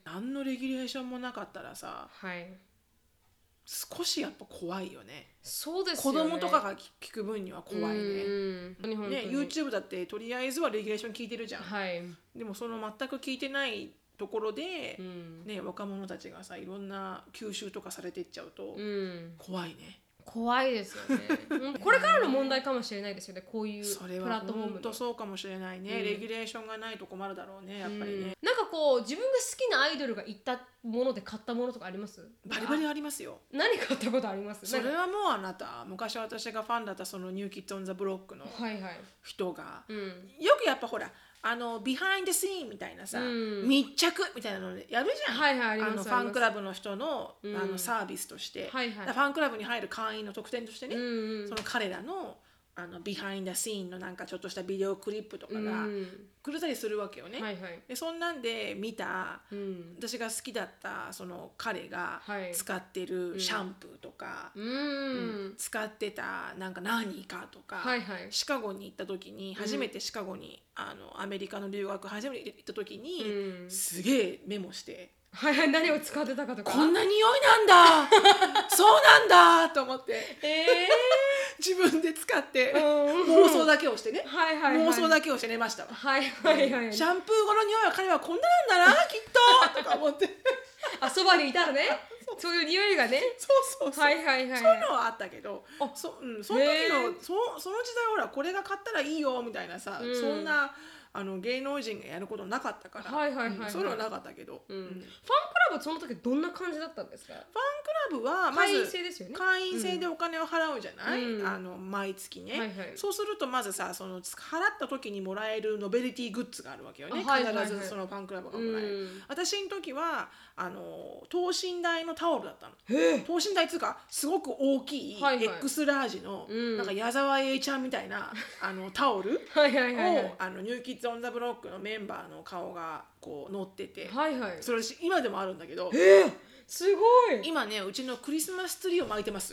何のレギュレーションもなかったらさ、はい、少しやっぱ怖いよね。 そうですよね。 子供とかが聞く分には怖いね。うんね、YouTube だってとりあえずはレギュレーション聞いてるじゃん、はい、でもその全く聞いてないところで、うんね、若者たちがさいろんな吸収とかされていっちゃうと、うん、怖いね。 怖いですよねこれからの問題かもしれないですよね、こういうプラットフォームの。それは本当そうかもしれないね、うん、レギュレーションがないと困るだろうね、やっぱりね、うん、 なんかこう自分が好きなアイドルが言ったもので買ったものとかあります？ バリバリありますよ。 何買ったことあります？ それはもうあなた昔私がファンだったそのニューキッズ・オン・ザ・ブロックの人が、はいはい、うん、よくやっぱほらあのビハインドシーンみたいなさ、うん、密着みたいなのでやるじゃん、はいはい、あのファンクラブの人の、うん、あのサービスとして、はいはい、ファンクラブに入る会員の特典としてね、うんうん、その彼らのあのビハインドシーンのなんかちょっとしたビデオクリップとかがくれたりするわけよね、 はいはい、 でそんなんで見た、うん、私が好きだったその彼が使ってるシャンプーとか、うんうん、使ってたなんか何かとか、はいはい、シカゴに行った時に初めてシカゴに、うん、あのアメリカの留学初めて行った時に、うん、すげえメモしてはいはい、何を使ってたかとかこんな匂いなんだそうなんだと思って、えー、自分で使って、うん、妄想だけをしてね、はいはいはい、妄想だけをして寝ましたわ、はいはいはい、シャンプー後の匂いは彼はこんななんだなきっととか思ってあ、そばにいたらねそういう匂いがねそうそうそう、はいはいはい、そういうのはあったけど そ,、うん、その時の そ, その時代ほらこれが買ったらいいよみたいなさ、うん、そんなあの芸能人がやることなかったから、はいはいはいはい、そういうのはなかったけど、 うんうん、ファンクラブその時どんな感じだったんですか？ファンクラブはまず会員制ですよね。会員制でお金を払うじゃない、うん、あの毎月ね、はいはい、そうするとまずさその払った時にもらえるノベリティグッズがあるわけよね、はいはいはい、必ずそのファンクラブがもらえる、うん、私の時はあの等身大のタオルだったの。等身大っていうかすごく大きい X ラージの、はいはい、なんか矢沢永ちゃんみたいなあのタオルをはいはいはい、はい、あのニューキッズオンザブロックのメンバーの顔がこう載ってて、はいはい、それ今でもあるんだけど、 えー、すごい。 今ねうちのクリスマスツリーを巻いてます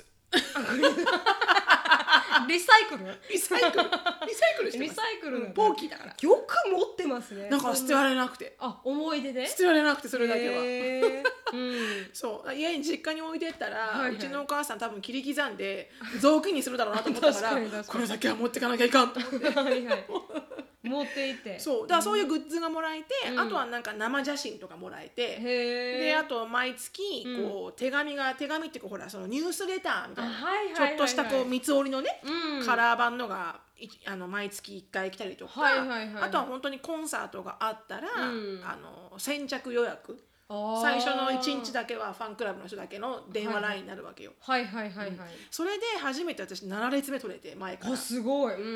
リサイクルリサイクルリサイクルしてます。リサイクルポーキーだからよく持ってますね。 だから捨てられなくて、 あ、思い出で捨てられなくてそれだけは、うん、そう家に実家に置いてったら、はいはい、うちのお母さん多分切り刻んで雑巾にするだろうなと思ったからこれだけは持ってかなきゃいかんと思ってはいはい持っていて、 そうだからそういうグッズがもらえて、うん、あとはなんか生写真とかもらえて、へであと毎月こう、うん、手紙が手紙っていうかほらそのニュースレターみたいな、はいはいはいはい、ちょっとしたこう三つ折りのね、うん、カラー版のがあの毎月いっかい来たりとか、はいはいはいはい、あとは本当にコンサートがあったら、うん、あの先着予約最初のいちにちだけはファンクラブの人だけの電話ラインになるわけよ。 はいはいはいはい、うん、 それで初めて私なな列目取れて前から。 あ、すごい、うんうん、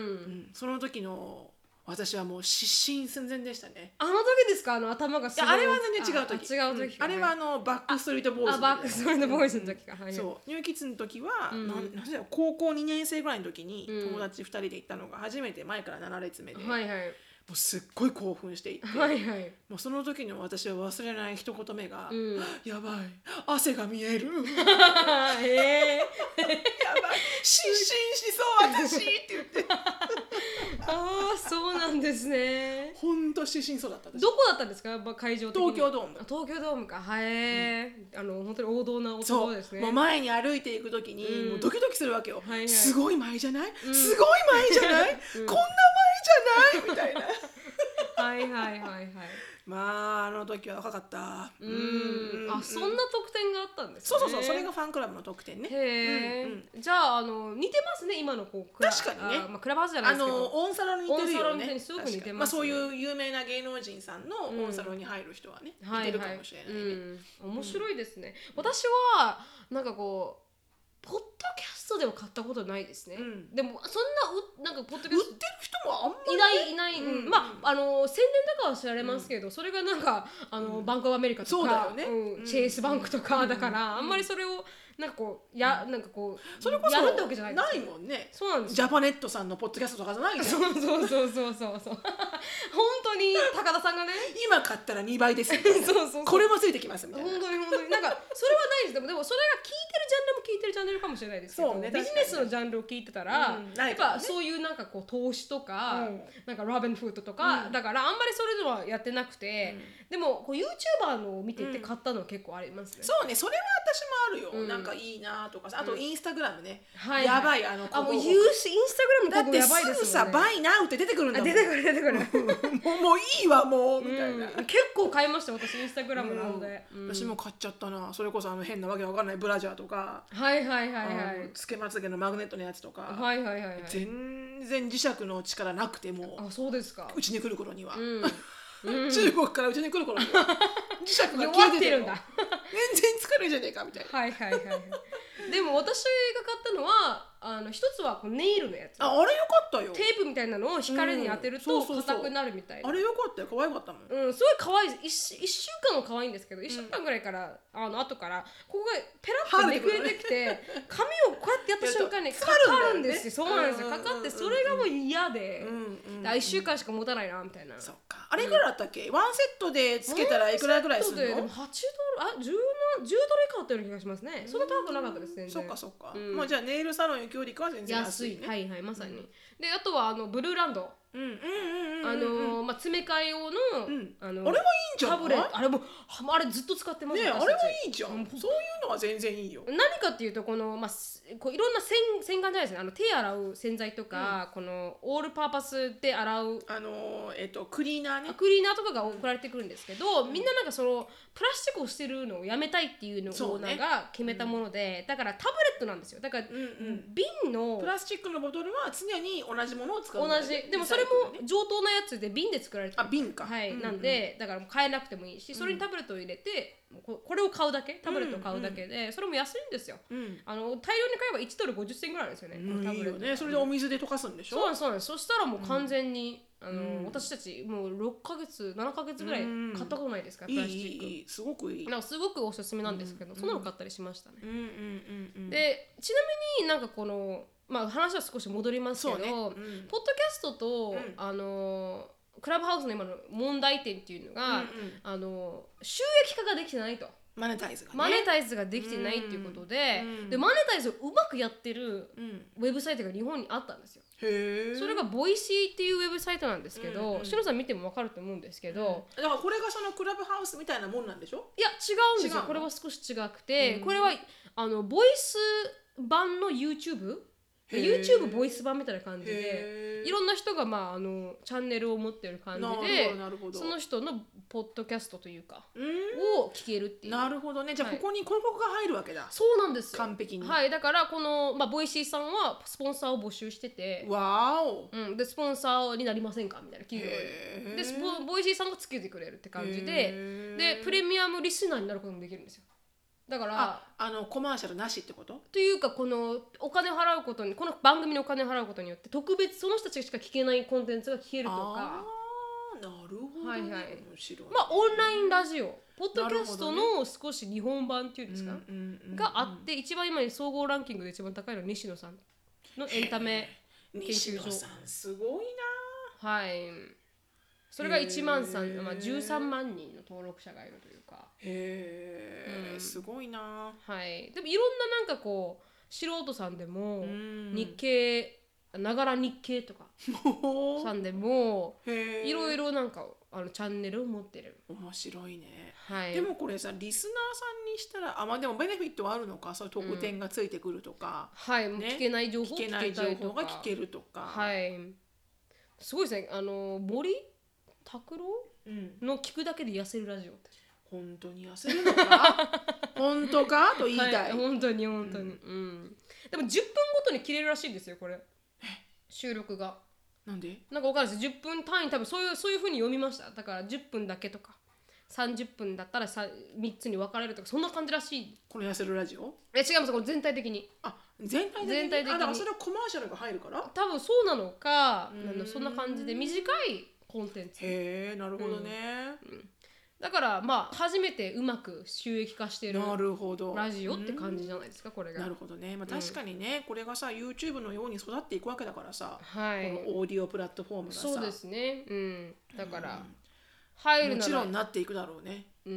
その時の私はもう失神寸前でしたね。 あの時ですか？あの頭がすごい。 あれは全然違う時。 あ、違う時か、 うん、あれはあのバックストリートボーイズ。 あ、バックストリートボーイズの時か。うんはい、 そうニューキッズの時は、うん、なんなんだろう高校にねん生ぐらいの時に友達ふたりで行ったのが初めて前からなな列目で、はいはい、もうすっごい興奮していて、はいはい、もうその時の私は忘れない一言目が、うん、やばい汗が見えるえー、やばい失神しそう私って言ってああそうなんですね。 ほんと失神そうだった。 どこだったんですか？会場的に。 東京ドーム。 東京ドームか。はい、うん、あの本当に王道なおそばですね。 もう前に歩いていくときに、うん、もうドキドキするわけよ、はいはい、すごい前じゃない、うん、すごい前じゃない、うん、こんな前じゃないみたいなはいはいはいはい。 まああの時は若かった。 うん、うん、あ、そんな特典があったんですね。 そうそうそう、それがファンクラブの特典ね。 へえ、うんうん、じゃああの似てますね今のこう確かにね。 あ、まあ、クラブハウスじゃないですけど、 あのオンサロに似てるよね。 すごく似てますね。 まあそういう有名な芸能人さんのオンサロに入る人はね、うん、似てるかもしれないね。はいはい、 うん、面白いですね。うん、私はなんかこう。ポッドキャストでは買ったことないですね、うん、でもそんなうなんかポッドキャスト売ってる人もあんまり、 ね、いないいない、うん、まああの宣伝とかは知られますけど、うん、それがなんかあの、うん、バンクオブアメリカとか、ねうん、チェイスバンクとかだから、あんまりそれをなんかこうや、なんかこうそれこそやるってわけじゃないですないもんね。 そうなんです。 ジャパネットさんのポッドキャストとかじゃないじゃん。 そうそうそうそうそうそう本当に高田さんがね今買ったらにばいですよそうそうそうこれもついてきますみたいな。 本当に本当になんかそれはないです。でもでもそれが聞いてるジャンルも聞いてるジャンルかもしれないですけど、ね、ビジネスのジャンルを聞いてたら、うん、やっぱそういうなんかこう投資とか、うん、なんかロビンフードとか、うん、だからあんまりそれではやってなくて、うん、でもこう YouTuber のを見てて買ったのは結構ありますね、うん、 そうね、それは私もあるよ、うん、なんかいいなとかさ、あとインスタグラムね、うん、やばいあのあもうインスタグラムの広告やばいですよね。 だってすぐさバイナウって出てくるんだもん。 出てくる出てくるもうもういいわもうみたいな、 うん、結構買いました私インスタグラムなので、 うんうん、私も買っちゃったな。それこそあの変なわけわかんないブラジャーとか、 はいはいはいはい、 つけまつげのマグネットのやつとか、 はいはいはいはい、 全然磁石の力なくてもあそうですか、 うちに来る頃には、うんうん、 中国からうちに来る頃には磁石が消えててるんだ全然疲れるじゃねえかみたいなはいはいはいでも私が買ったのはあの一つはこのネイルのやつ。 あ、あれよかったよ。 テープみたいなのを光に当てると硬くなるみたいな。 あれよかったよ、可愛かったもん。 うん、すごい可愛いです。一週間は可愛いんですけど、一週間ぐらいから、うん、あの後からここがペラッとめくれてきて、髪をこうやってやった瞬間にかかるんですよ。そうなんですよ。かかってそれがもう嫌で、一週間しか持たないなみたいな。 そっか。あれぐらいだったっけ？ワンセットでつけたらいくらぐらいするの？ でもはちドル、あ、じゅうドル以下だったような気がしますね。そんな高くなかったですね。 そっかそっか。まあじゃあネイルサロン行くよりかは全然安いね。 はいはい、まさに。であとはあのブルーランド、 うんうんうんうん、 あのまあ詰め替え用の、 うん、 あのあれはいいんじゃない？ タブレット、あれもあれずっと使ってますね。あれはいいじゃん、うん、そういうのは全然いいよ。 何かっていうとこのまあこういろんな洗洗顔じゃないですね。あの手洗う洗剤とか、うん、このオールパーパスで洗うあのえっとクリーナーね。 クリーナーとかが送られてくるんですけど、うん、みんななんかそのプラスチックをしてるのをやめたいっていうのをオーナーが決めたもので、ね、うん、だからタブレットなんですよ。だから、うんうん、瓶のプラスチックのボトルは常に同じものを使う、 ね、同じ。でもそれも上等なやつで瓶で作られてる。 あ、瓶か。 はい、 うんうん、 なんでだから買えなくてもいいし、それにタブレットを入れて、うん、これを買うだけ、タブレットを買うだけで、うんうん、それも安いんですよ、うん、あの大量に買えばいちドルごじゅっセンぐらいあるんですよね、 うん、 このタブレット。 いいよね。それでお水で溶かすんでしょ。 そうなんです、そうなんです。そしたらもう完全に、うん、あのうん、私たちもうろっかげつななかげつぐらい買ったことないですから、うん、プラスチック。 いいいい、すごくいい。 なんかすごくおすすめなんですけど、うん、そんなの買ったりしましたね、うんうんうんうん、 でちなみになんかこのまあ話は少し戻りますけど、ね、うん、ポッドキャストと、うん、あのクラブハウスの今の問題点っていうのが、うんうん、あの収益化ができてないと。 マネタイズがね、 マネタイズができてないっていうことで、うん、でマネタイズをうまくやってるウェブサイトが日本にあったんですよ。 へー。 それがボイシーっていうウェブサイトなんですけど、うんうん、しのさん見ても分かると思うんですけど、 うん、だからこれがそのクラブハウスみたいなもんなんでしょ？ いや違うんですよ。これは少し違くて、うん、これはあのボイス版の YouTube YouTube ボイス版みたいな感じで、いろんな人が、まあ、あのチャンネルを持ってる感じで、その人のポッドキャストというかを聞けるっていう。 なるほどね。じゃあここに広告が入るわけだ。 そうなんですよ。 完璧に。 はい、だからこの、まあ、ボイシーさんはスポンサーを募集してて、 わーお、 うん、でスポンサーになりませんかみたいな企業で、でスポボイシーさんがつけてくれるって感じで、でプレミアムリスナーになることもできるんですよ。だからあ, あのコマーシャルなしってこと？ というか、このお金を払うことに、この番組にお金を払うことによって特別その人たちしか聞けないコンテンツが聞けるとか。 あー、なるほど、ね、はいはい、面白い。 まあオンラインラジオ、ポッドキャストの少し日本版っていうんですか、うんうんうんうん、があって、一番今に総合ランキングで一番高いのは西野さんのエンタメ研究所。 西野さんすごいな。 はい、それがいちまんさん、まあ、じゅうさんまんにんの登録者がいるというか。 へー、うん、すごいな。 はい、でもいろんななんかこう素人さんでも、日経ながら日経とかさんでもいろいろなんかあのチャンネルを持ってる。 面白いね、 はい、 でもこれさリスナーさんにしたら、あ、まあでもベネフィットはあるのか、そういう特典がついてくるとか、 うん、はい、ね、聞けない情報聞けない情報が聞けるとか、 はい、すごいですね。あの森拓郎、うん、の聞くだけで痩せるラジオって、 本当に痩せるのか本当かと言いたい、はい、 本当に本当に、うんうん、でもじゅっぷんごとに切れるらしいんですよ、これ収録が。 なんで？ なんか分かるんです。じゅっぷん単位、多分そういうそういう風に読みました。だからじゅっぷんだけとかさんじゅっぷんだったらさみっつに分かれるとか、そんな感じらしい。 この痩せるラジオ？ え、違います。これ全体的に。 あ、全体的に。全体的に。あ、だからそれはコマーシャルが入るから？ 多分そうなのか、なんそんな感じで短いコンテンツ。 へえ、なるほどね、 うんうん、だからまあ初めてうまく収益化してるラジオって感じじゃないですか、これが。 なるほどね、まあ、確かにね、うん、これがさ YouTube のように育っていくわけだからさ、 はい、 このオーディオプラットフォームがさ、 そうですね、うん、だから、うん、入るならもちろんなっていくだろうね、 うんうん、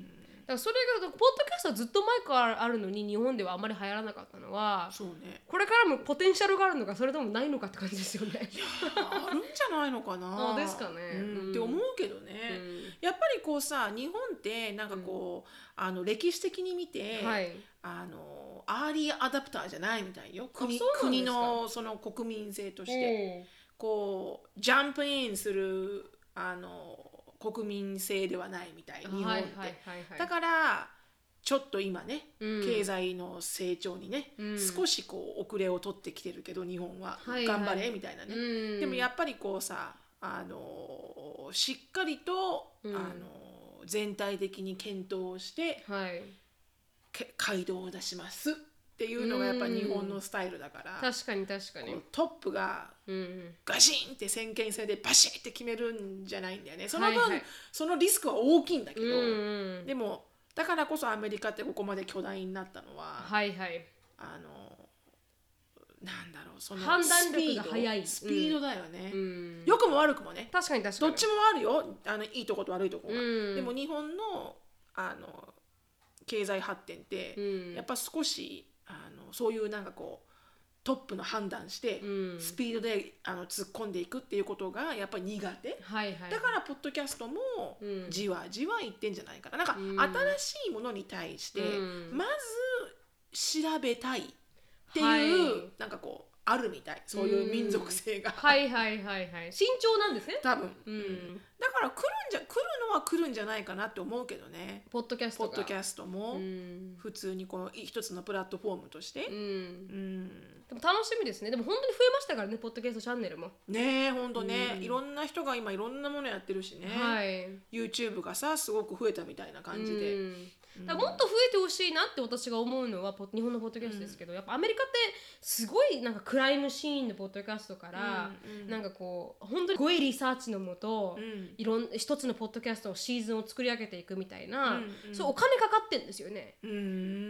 だからそれがポッドキャストはずっと前からあるのに日本ではあまり流行らなかったのは、 そうね、 これからもポテンシャルがあるのかそれともないのかって感じですよね。 いやあるんじゃないのかなあですかね、 うんうん、って思うけどね、うん、やっぱりこうさ日本ってなんかこう、うん、あの歴史的に見て、はい、あのアーリーアダプターじゃないみたいよ、 国, 国のその国民性として、こうジャンプインするあの国民性ではないみたい、日本って、はいはいはいはい、だからちょっと今ね、うん、経済の成長にね、うん、少しこう遅れを取ってきてるけど日本は、はいはい、頑張れみたいなね、うん、でもやっぱりこうさあのしっかりと、うん、あの全体的に検討して、はい、街道を出しますっっていうのがやっぱ日本のスタイルだから、 確かに確かにトップがガシンって先見性でバシッって決めるんじゃないんだよね。その分、はいはい、そのリスクは大きいんだけど、うんうん、でもだからこそアメリカってここまで巨大になったのは、 はいはい、 あのなんだろう、その判断力が早いスピードだよね、うん、良くも悪くもね、 確かに確かにどっちもあるよ、あのいいとこと悪いとこが、うん、でも日本のあの経済発展って、うん、やっぱ少しあのそういうなんかこうトップの判断して、うん、スピードであの突っ込んでいくっていうことがやっぱり苦手、はいはい、だからポッドキャストもじわじわいってんじゃないかな。なんか新しいものに対して、うん、まず調べたいっていう、はい、なんかこうあるみたい、そういう民族性が、 うん、はいはいはいはい、慎重なんですね多分、うん、だから来るんじゃ来るのは来るんじゃないかなって思うけどね、 ポッドキャストがポッドキャストも、うん、普通にこの一つのプラットフォームとして、うんうん、 でも楽しみですね。でも本当に増えましたからね、ポッドキャストチャンネルもねえ、本当ね、うん、いろんな人が今いろんなものやってるしね、はい、YouTube がさすごく増えたみたいな感じで、うんだからもっと増えてほしいなって私が思うのは日本のポッドキャストですけど、うん、やっぱアメリカってすごいなんかクライムシーンのポッドキャストから、うんうん、なんかこう本当にすごいリサーチのもと、うん、いろん一つのポッドキャストをシーズンを作り上げていくみたいな、うんうん、そうお金かかってるんですよね、うん、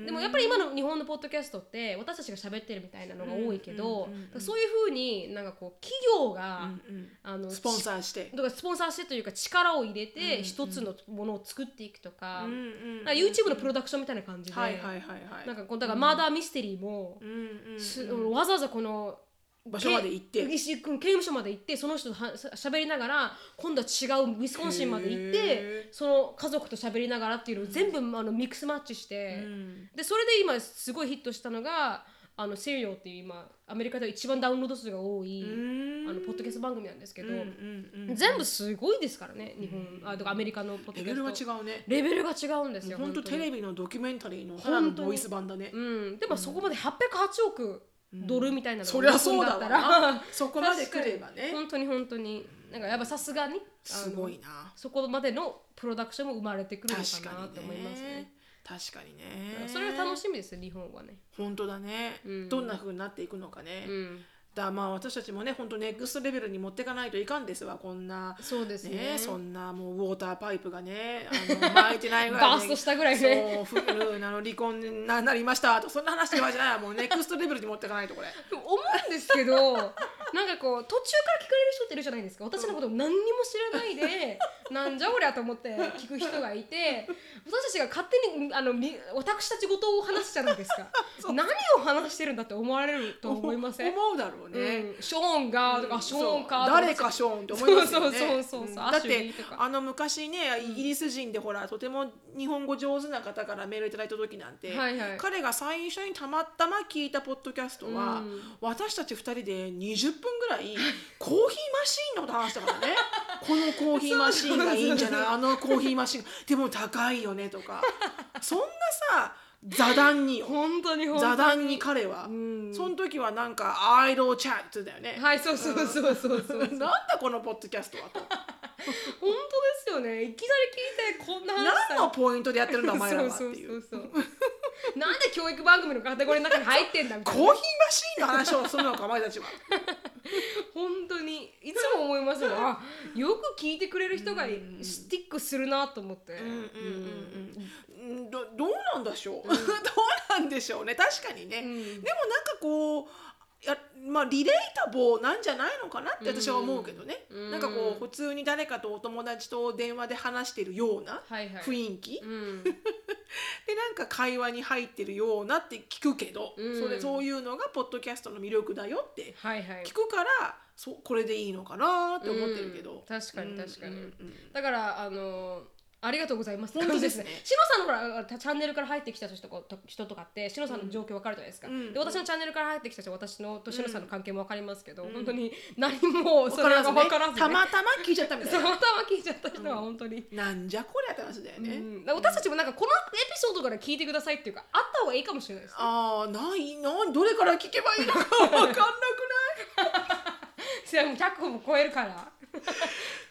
でもやっぱり今の日本のポッドキャストって私たちが喋ってるみたいなのが多いけど、うんうんうん、そういう風になんかこう企業が、うんうん、あのスポンサーしてとかスポンサーしてというか力を入れて一つのものを作っていくとか、うんうん、なんか YouTube のプロダクションみたいな感じで、はいはいはいはい、なんかこうだからマーダーミステリーも、うんうんうん、わざわざこの場所まで行って刑務所まで行ってその人と喋りながら今度は違うウィスコンシンまで行ってその家族と喋りながらっていうのを全部あのミックスマッチして、うん、でそれで今すごいヒットしたのがあのセリオっていう今アメリカでは一番ダウンロード数が多いあのポッドキャスト番組なんですけど、うんうんうん、全部すごいですからね、日本あとかアメリカのポッドキャストレベルが違うね、 レベルが違うんですよ。 本当テレビのドキュメンタリーのただのボイス版だね、 うん、でもそこまではっぴゃくはちおくドルみたいなのが、 うん、そりゃそうだったらそこまで来ればね、 本当に本当になんかやっぱさすがにすごいな、 そこまでのプロダクションも生まれてくるのかなと思いますね。 確かにね、 それが楽しみですよ、日本はね。 本当だね、うん、どんな風になっていくのかね、うん、だまあ私たちもね本当ネクストレベルに持っていかないといかんですわ。こんなそうです ね, ねそんなもうウォーターパイプがねあの巻いてないぐらい、ね、 バーストしたぐらいねそうあの離婚になりましたとそんな話ではじゃない、もうネクストレベルに持っていかないとこれ思うんですけどなんかこう途中から聞かれる人っているじゃないですか。私のことを何にも知らないでなんじゃこりゃと思って聞く人がいて私たちが勝手にあの私たちごとを話すじゃないですか何を話してるんだって思われると思いません？ 思うだろうね、 うん、ショーンがとか、うん、ショーンか誰かショーンって思いますよね。 そうそうそうそう、うん、 だってあの昔ねイギリス人でほらとても日本語上手な方からメールいただいた時なんて、はいはい、彼が最初にたまたま聞いたポッドキャストは、うん、私たちふたりでにじゅっぷんぐらいコーヒーマシーンのこと話したからねこのコーヒーマシーンがいいんじゃないあのコーヒーマシーンでも高いよねとかそんなさ座談に本当に本当に座談に彼は、うん、その時はなんかアイドルチャットだよね。 はいそうそうそうそうそうなんだこのポッドキャストはと本当ですよね。いきなり聞いてこんな話何のポイントでやってるんだお前らはっていうそうそうそうそうなんで教育番組のカテゴリーの中に入ってんだみたいなコーヒーマシーンの話をするのかお前たちは本当にいつも思いますよあよく聞いてくれる人がスティックするなと思ってど, どうなんでしょう、うん、どうなんでしょうね確かにね、うん、でもなんかこうやまあリレータボーなんじゃないのかなって私は思うけどね、うん、なんかこう普通に誰かとお友達と電話で話してるような雰囲気、はいはいうん、でなんか会話に入ってるようなって聞くけど、うん、それそういうのがポッドキャストの魅力だよって聞くから、はいはい、そこれでいいのかなって思ってるけど、うん、 確かに確かに、うんうんうん、だからあのありがとうございます本当ですね。 しのさんのほらチャンネルから入ってきた人とか人とかってしのさんの状況分かるじゃないですか、うん、で私のチャンネルから入ってきた人私のとしのさんの関係も分かりますけど、うん、本当に何もそれが分からず、ね、 たまたま聞いちゃったみたいなたまたま聞いちゃった人は本当に、 うん、なんじゃこりゃって話だよね、 うん、私たちもなんかこのエピソードから聞いてくださいっていうかあった方がいいかもしれないです、ね、 あーないなどれから聞けばいいのか分かんなくないそれはもうひゃっこも超えるから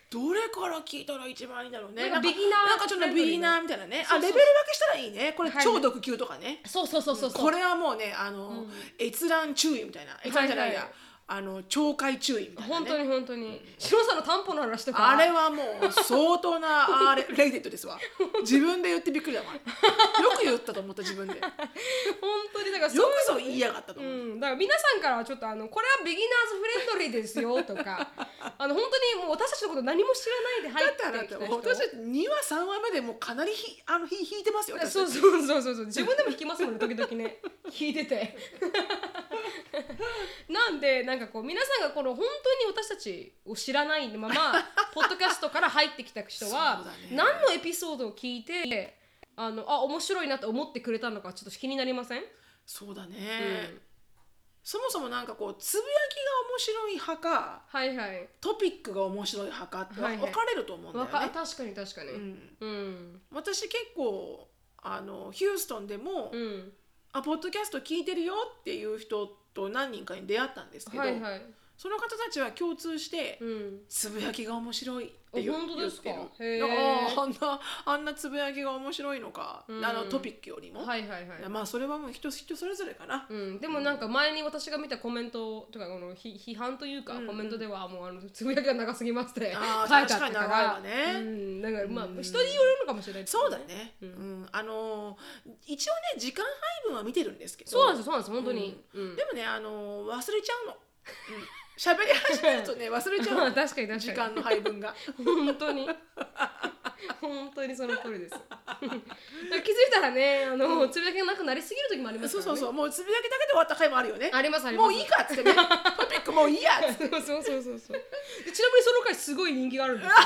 どれから聞いたら一番いいんだろうね。 なんかビギナーなんかちょっとビギナーみたいなね。あ、レベル分けしたらいいね。これ超読級とかね。 そうそうそうそう。 これはもうね、あの閲覧注意みたいな。閲覧じゃないや。あの懲戒注意みたいな、ね、 本当に本当に白さんの担保の話とかあれはもう相当なあれレイデッドですわ。自分で言ってびっくりだわ。よく言ったと思った自分で。本当にだからよくそう言いやがったと思う、 うん、だから皆さんからはちょっとあのこれはビギナーズフレンドリーですよとかあの本当にもう私たちのこと何も知らないで入ってきた人。 私たちにわさんわめでもうかなりひあのひ引いてますよ。 そうそうそうそうそう自分でも引きますもんね時々ね引いててなんでなんかこう皆さんがこの本当に私たちを知らないままポッドキャストから入ってきた人は、ね、何のエピソードを聞いてあのあ面白いなと思ってくれたのかちょっと気になりません？ そうだね、うん、そもそもなんかこうつぶやきが面白い派か、 はいはい、 トピックが面白い派かって分かれると思うんだよね、はいはい、 確かに確かに、うんうん、 私結構あのヒューストンでも、うん、あポッドキャスト聞いてるよっていう人と何人かに出会ったんですけど、はいはい、その方たちは共通して、うん、つぶやきが面白いって言ってる。本当ですか？へー。あんなあんなつぶやきが面白いのか、うん、あのトピックよりも、はいはいはい、まあそれはもう 人, 人それぞれかな、 うん、でもなんか前に私が見たコメントとかこの批判というか、うん、コメントではもうあのつぶやきが長すぎますって書いてあったから、確かに長いわね、うん、だからまあ、うん、人によるのかもしれないですね。 そうだね、うんうん、あの一応ね時間配分は見てるんですけど、 そうなんですそうなんです本当に、 うんうん、でもねあの忘れちゃうの、うん喋り始めるとね忘れちゃうの確かに確かに時間の配分が本当に本当にその通りです気づいたらねあの、うん、つぶやきがなくなりすぎる時もありますからね。 そうそうそうもうつぶやきだけで終わった回もあるよね。 ありますあります。 もういいかっつってねトピックもういいやっつってそうそうそうそうそうちなみにその回すごい人気があるんですよ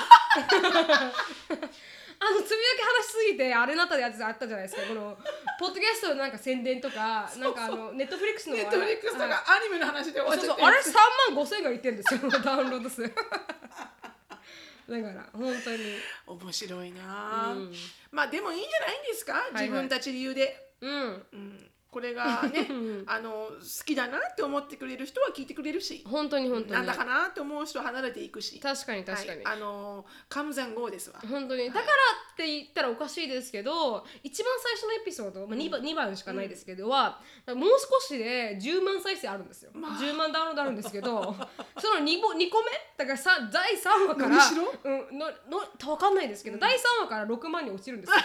あのつぶやき話しすぎてあれなったやつあったじゃないですかこのポッドキャストのなんか宣伝とかなんかあのネットフリックスのネットフリックスとかアニメの話で終わっちゃって、そうそうあれさんまんごせんがいってんですよダウンロード数だから本当に面白いな、うん、まあでもいいんじゃないんですか、はいはい、自分たち理由で、うんうん、これがねあの好きだなって思ってくれる人は聞いてくれるし、 本当に本当になんだかなって思う人は離れていくし、 確かに確かに、 はい、あのカムザンゴーですわ本当に、はい、だからって言ったらおかしいですけど一番最初のエピソード、まあ、にばん、にばんしかないですけど、うん、はもう少しでじゅうまん再生あるんですよ、まあ、じゅうまんダウンロードあるんですけどその 2, にこめだからさだいさんわから、うん、のの分かんないですけど、うん、だいさんわからろくまんに落ちるんです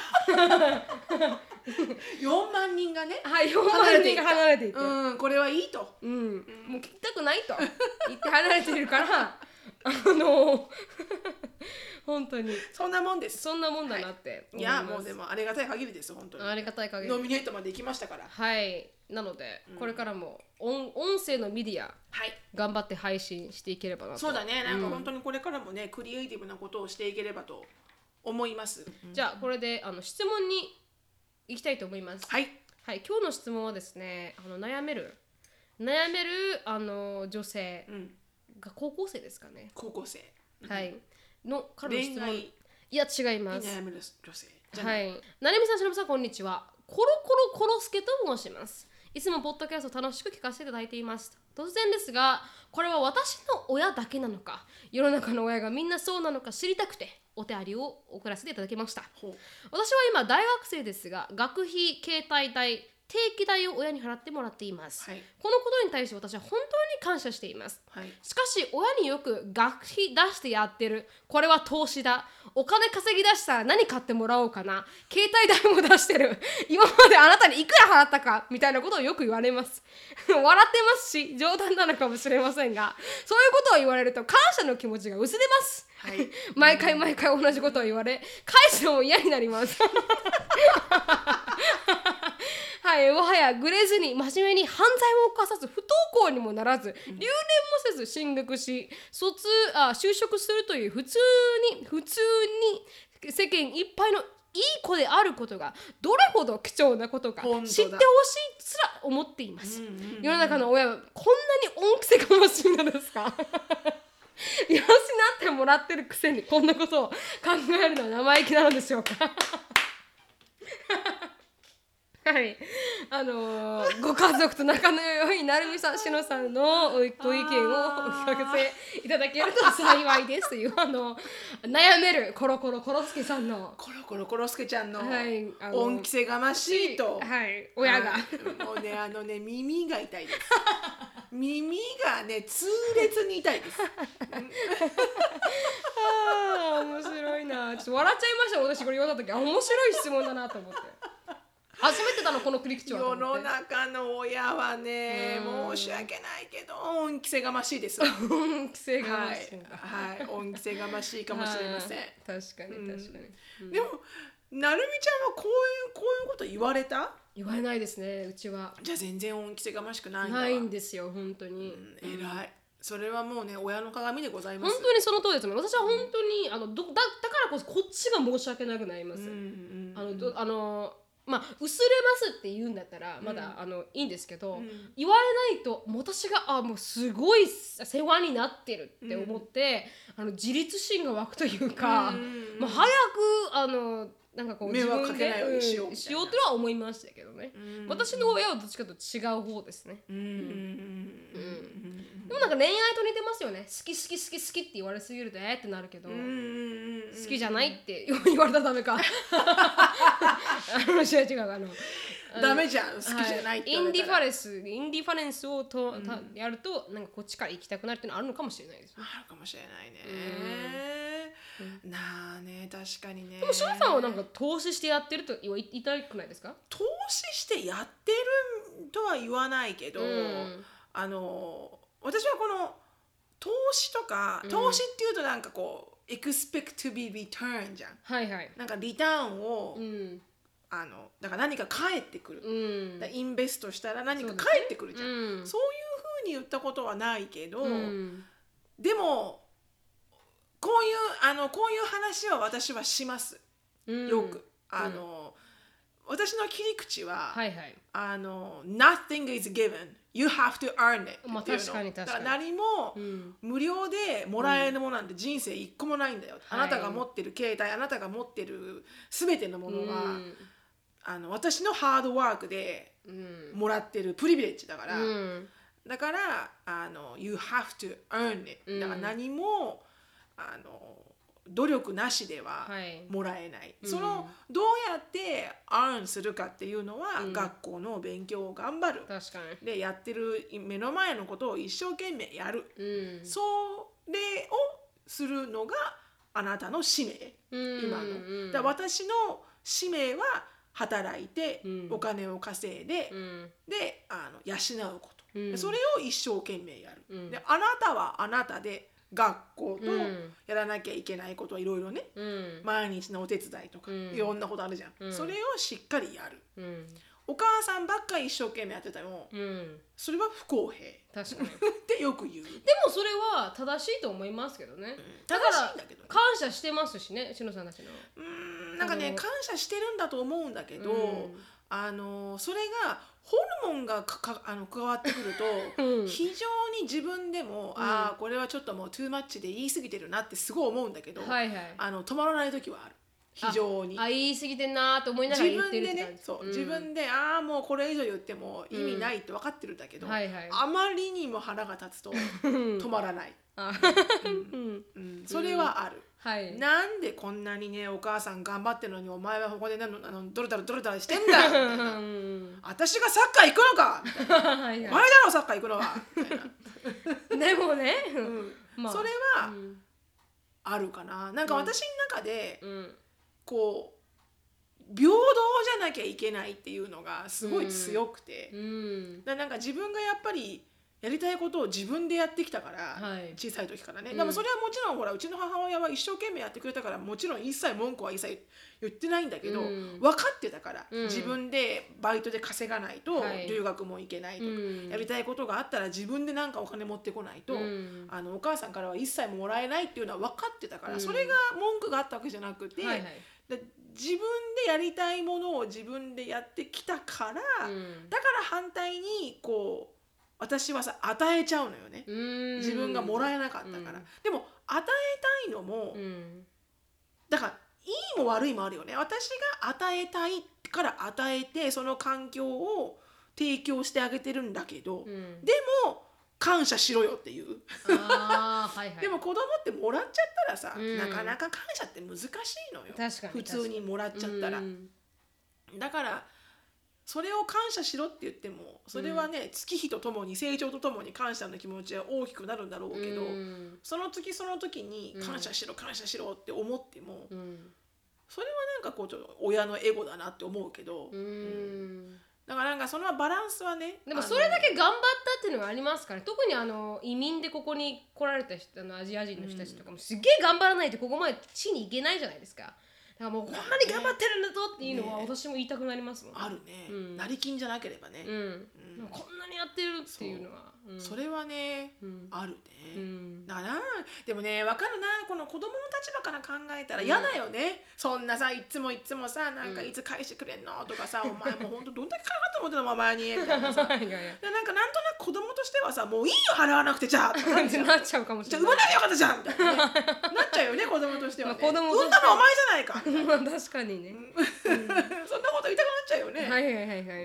よよんまんにんがね、 はい、よんまんにんが離れていって、 うん、これはいいと、 うん、もう聞きたくないと言って離れているからあの本当にそんなもんです。 そんなもんだなって思います。はい、いやもうでもありがたい限りです本当に。 ありがたい限り。 ノミネートまで行きましたから。 はい。なので、うん、これからも 音, 音声のメディア、はい、頑張って配信していければなと。 そうだね。なんか本当にこれからもね、うん、クリエイティブなことをしていければと思います。 うん、じゃあこれであの質問に行きたいと思います。はい。はい。今日の質問はですね、あの悩める悩めるあの女性が高校生ですかね。 高校生。 はい。のからの質問。 いや違います。 悩める女性。 はい。なるみさん、しのぶさん、こんにちは。コロコロコロスケと申します。いつもポッドキャスト楽しく聞かせていただいています。突然ですが、これは私の親だけなのか、世の中の親がみんなそうなのか知りたくて、お手ありを送らせていただきました。私は今大学生ですが、学費、携帯代、定期代を親に払ってもらっています、はい、このことに対して私は本当に感謝しています、はい、しかし親によく学費出してやってる、これは投資だ、お金稼ぎ出したら何買ってもらおうかな、携帯代も出してる、今まであなたにいくら払ったかみたいなことをよく言われます笑ってますし冗談なのかもしれませんが、そういうことを言われると感謝の気持ちが薄れます、はい、毎回毎回同じことを言われ返すのも嫌になりますはい、もはやグレずに真面目に犯罪も犯さず不登校にもならず、留年もせず進学し卒あ就職するという普通に普通に世間いっぱいのいい子であることがどれほど貴重なことか知ってほしいすら思っています、うんうんうん、世の中の親はこんなに恩着せがましいのですか養ってもらってるくせにこんなことを考えるのは生意気なのでしょうかはい、あのー、ご家族と仲の良いなるみさん、しのさんのご意見をお聞かせいただけると幸いですというあの悩めるコロコロコロスケさんのコロコロコロスケちゃんのはい、 恩着せがましいと、 はい、親が、 はい、もうねあのね耳が痛いです耳がね痛烈に痛いですあー面白いな、ちょっと笑っちゃいました。私これ言われた時、あ面白い質問だなと思って初めてだのこの切り口は世の中の親はね申し訳ないけど恩着せがましいです恩着せがましい、 はい、はい、恩着せがましいかもしれません確かに確かに、 うん、でもなるみちゃんはこういうこういうこと言われた？ 言われないですね、うちは。 じゃあ全然恩着せがましくないんだわ。 ないんですよ本当に、 うん、偉い。それはもうね親の鏡でございます。 本当にその通りですもん。私は本当に、うん、あのど だ, だからこそこっちが申し訳なくなります、うんうん、あのどあのまあ薄れますって言うんだったらまだ、うん、あのいいんですけど、うん、言われないと私があもうすごい世話になってるって思って、うん、あの自立心が湧くというか、うん、もう早くあのなんかこう迷惑かけないようにしようみたいな、 うん、しようとは思いましたけどね、うん、私の親はどっちかというと違う方ですね、うんうんうん、でもなんか恋愛と似てますよね。好き好き好き好きって言われすぎるとえーってなるけど、うん、好きじゃないって言われたらダメかあの違う違うあのダメじゃん好きじゃないって言われたら、 はい、インディファレンスインディファレンスをと、うん、やるとなんかこっちから行きたくなるっていうのはあるのかもしれないです、ね、 あるかもしれないね、うん、なあね確かにね。 でもショウさんはなんか投資してやってると言いたくないですか？ 投資してやってるとは言わないけど、うん、あの私はこの投資とか、うん、投資っていうとなんかこう expect to be return じゃん、はいはい、なんかリターンを、うん、あのだから何か返ってくる、うん、だインベストしたら何か返ってくるじゃん、そう、ね、うん、そういうふうに言ったことはないけど、うん、でもこういうあのこういう話は私はします、うん、よくあの、うん、私の切り口は、はいはい、あの nothing is given you have to earn it っていうの、まあ、確かに確かにだから何も無料でもらえるものなんて人生一個もないんだよ、うん、あなたが持ってる携帯、はい、あなたが持ってる全てのものは、うん、あの私のハードワークでもらってるプリビレッジだから、うん、だからあの you have to earn it だから何も、うん、あの努力なしではもらえない、はい、その、うん、どうやってアーンするかっていうのは、うん、学校の勉強を頑張る、確かにでやってる目の前のことを一生懸命やる、うん、それをするのがあなたの使命、うん、今の、うん、だから私の使命は働いて、うん、お金を稼いで、うん、であの養うこと、うん、それを一生懸命やる、うん、であなたはあなたで学校とやらなきゃいけないことはいろいろね、うん、毎日のお手伝いとか、うん、いろんなことあるじゃん、うん、それをしっかりやる、うん、お母さんばっかり一生懸命やってたの、うん、それは不公平確かにってよく言う。でもそれは正しいと思いますけどね、うん、正しいんだけど、ね、感謝してますしね、しのさんたちのうーんなんかね感謝してるんだと思うんだけど、うん、あのそれがホルモンがかかあの加わってくると、うん、非常に自分でも、うん、ああこれはちょっともうトゥーマッチで言い過ぎてるなってすごい思うんだけど、はいはい、あの止まらない時はある。非常にあ, あ言い過ぎてんなと思いながら言ってるって感じ。 自分でね、そう、うん、自分でああもうこれ以上言っても意味ないって分かってるんだけど、うんはいはい、あまりにも腹が立つと止まらない、うんうん、それはある、はい、なんでこんなにねお母さん頑張ってるのにお前はここで何のあのドロドロドロドロしてんだみたいな私がサッカー行くのかみたいなはい、はい、お前だろサッカー行くのはみたいなでもね、うんまあ、それは、うん、あるかな。なんか私の中で、うんこう平等じゃなきゃいけないっていうのがすごい強くて、うん、だなんか自分がやっぱりやりたいことを自分でやってきたから、はい、小さい時からね、うん、でもそれはもちろんほらうちの母親は一生懸命やってくれたからもちろん一切文句は一切言ってないんだけど、うん、分かってたから、うん、自分でバイトで稼がないと留学も行けないとか、はい、やりたいことがあったら自分でなんかお金持ってこないと、うん、あのお母さんからは一切もらえないっていうのは分かってたから、うん、それが文句があったわけじゃなくて、はいはいで自分でやりたいものを自分でやってきたから、うん、だから反対にこう私はさ与えちゃうのよね。自分がもらえなかったから、うん、でも与えたいのも、うん、だからいいも悪いもあるよね。私が与えたいから与えてその環境を提供してあげてるんだけど、うん、でも感謝しろよっていうあ、はいはい、 でも子供ってもらっちゃったらさ、うん、なかなか感謝って難しいのよ。 確かに普通にもらっちゃったら、うん、だからそれを感謝しろって言ってもそれはね、うん、月日とともに成長とともに感謝の気持ちは大きくなるんだろうけど、うん、その時その時に感謝しろ、うん、感謝しろって思っても、うん、それはなんかこうちょっと親のエゴだなって思うけど、うんうん、だからなんかそのバランスはね、 でもそれだけ頑張ったっていうのがありますから、特にあの移民でここに来られた人のアジア人の人たちとかもすげえ頑張らないとここまで地に行けないじゃないですか。だからもうこんなに頑張ってるんだぞっていうのは私も言いたくなりますもん、ね、 あるね、うん、成金じゃなければね、うんうん、こんなにやってるっていうのはそ, うん、それはね、うん、あるね、うん、だからでもね分かるな、この子供の立場から考えたら嫌だよね、うん、そんなさいつもいつもさなんかいつ返してくれんのとかさ、うん、お前もうほんとどんだけかなと思ってたのお前にみたいなさいやいやでなんかなんとなく子供としてはさもういいよ払わなくてじゃあってなっちゃうかもしれない。 じゃあ産まなきゃよかったじゃんみたいな、ね、なっちゃうよね子供としては、ね、まあ、子供として産んだのお前じゃないかまあ確かにね、うん、 そんなこと言いたくなっちゃうよね。 はいはいはいはい、うん、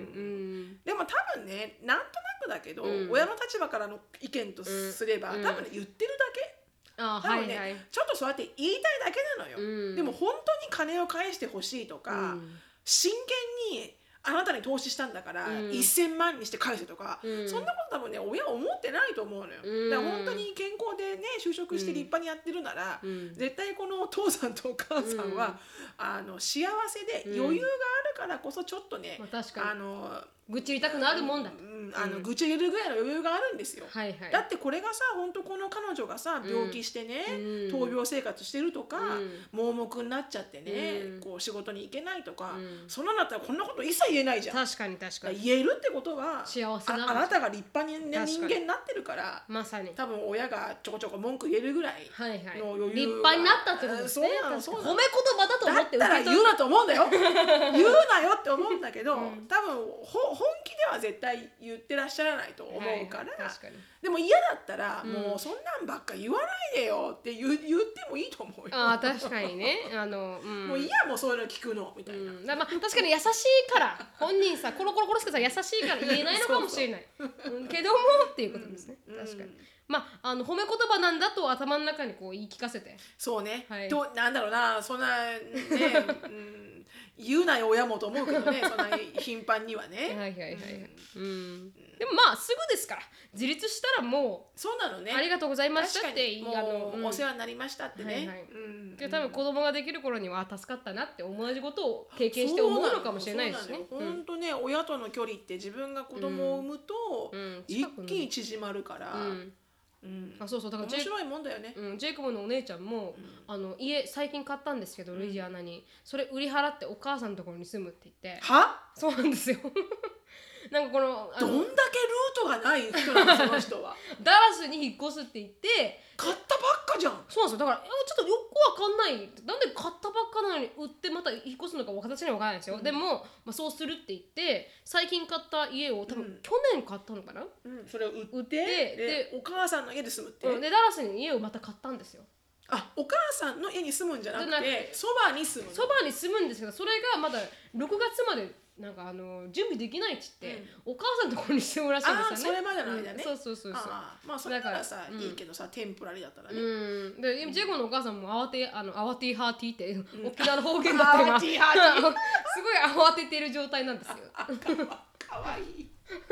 でも多分ねなんとなくだけど、うん、親の立場からの意見とすれば、うん、多分ね言ってるだけ、あ多分ね、はいはい、ちょっとそうやって言いたいだけなのよ、うん、でも本当に金を返してほしいとか、うん、真剣にあなたに投資したんだから、うん、せんまんにして返せとか、うん、そんなこと多分ね親は思ってないと思うのよ、うん、だから本当に健康でね就職して立派にやってるなら、うん、絶対このお父さんとお母さんは、うん、あの幸せで余裕があるからこそちょっとね、うん、あの愚痴りたくなるもんだと、 うん、あの愚痴れるぐらいの余裕があるんですよ、はいはい、だってこれがさ本当この彼女がさ病気してね、うん、闘病生活してるとか、うん、盲目になっちゃってね、うん、こう仕事に行けないとか、うん、そんなのだったらこんなこと一切言えないじゃん。 確かに確かに言えるってことは幸せなあ, あなたが立派に、ね、人間になってるからまさに多分親がちょこちょこ文句言えるぐらいの余裕が、はいはい、 立派になったってことですね。褒め言葉だと思ってだったら言うなと思うんだよ言うなよって思うんだけど、うん、多分ほ本気では絶対言ってらっしゃらないと思うから、はいはい、確かにでも嫌だったら、うん、もうそんなんばっか言わないでよって言, 言ってもいいと思うよ。 あ確かにねあの、うん、 もう嫌もうそういうの聞くのみたいな、うん、 だまあ、確かに優しいから本人さコロコロコロスケさん優しいから言えないのかもしれないそうそう、うん、けどもっていうことですね、うん、確かに、まあ、あの褒め言葉なんだと頭の中にこう言い聞かせてそうね、はい、となんだろうなそんなね、うん言うなよ親もと思うけどねそんな頻繁にはねはいはいはい、うんうん、でもまあすぐですから自立したらもうそうなのねありがとうございましたってもうあの、うん、お世話になりましたってね、はいはいうん、 で多分子供ができる頃には助かったなって同じことを経験して思うのかもしれないですね。 本当ね、うん、親との距離って自分が子供を産むと、うん、一気に縮まるから、うんうん、あそうそうだから面白いもんだよね、 うん、ジェイコブのお姉ちゃんも、うん、あの家最近買ったんですけどルイジアナに、うん、それ売り払ってお母さんのところに住むって言ってはそうなんですよなんかこのどんだけルートがない人なのその人はダラスに引っ越すって言って買ったばっかじゃん。 そうなんですよだからちょっとよくわかんないなんで買ったばっかなのに売ってまた引っ越すのか形にはわからないんですよ、うん、でも、まあ、そうするって言って最近買った家を多分、うん、去年買ったのかな、うん、 それを売って、売ってでお母さんの家で住むって、 うん、でダラスに家をまた買ったんですよ。 あお母さんの家に住むんじゃなくてそばに住むそばに住むんですけどそれがまだろくがつまでなんかあの準備できないっつって、うん、お母さんのところに住むらしいんですよね。 あそれまでの間ね、 うん、そうそうそうそうあまあそれならさ、うん、いいけどさテンプラリだったらね、 うん、でジェゴのお母さんも慌てあの慌てハーティーって、うん、沖縄の方言だった今すごい慌ててる状態なんですよかわいい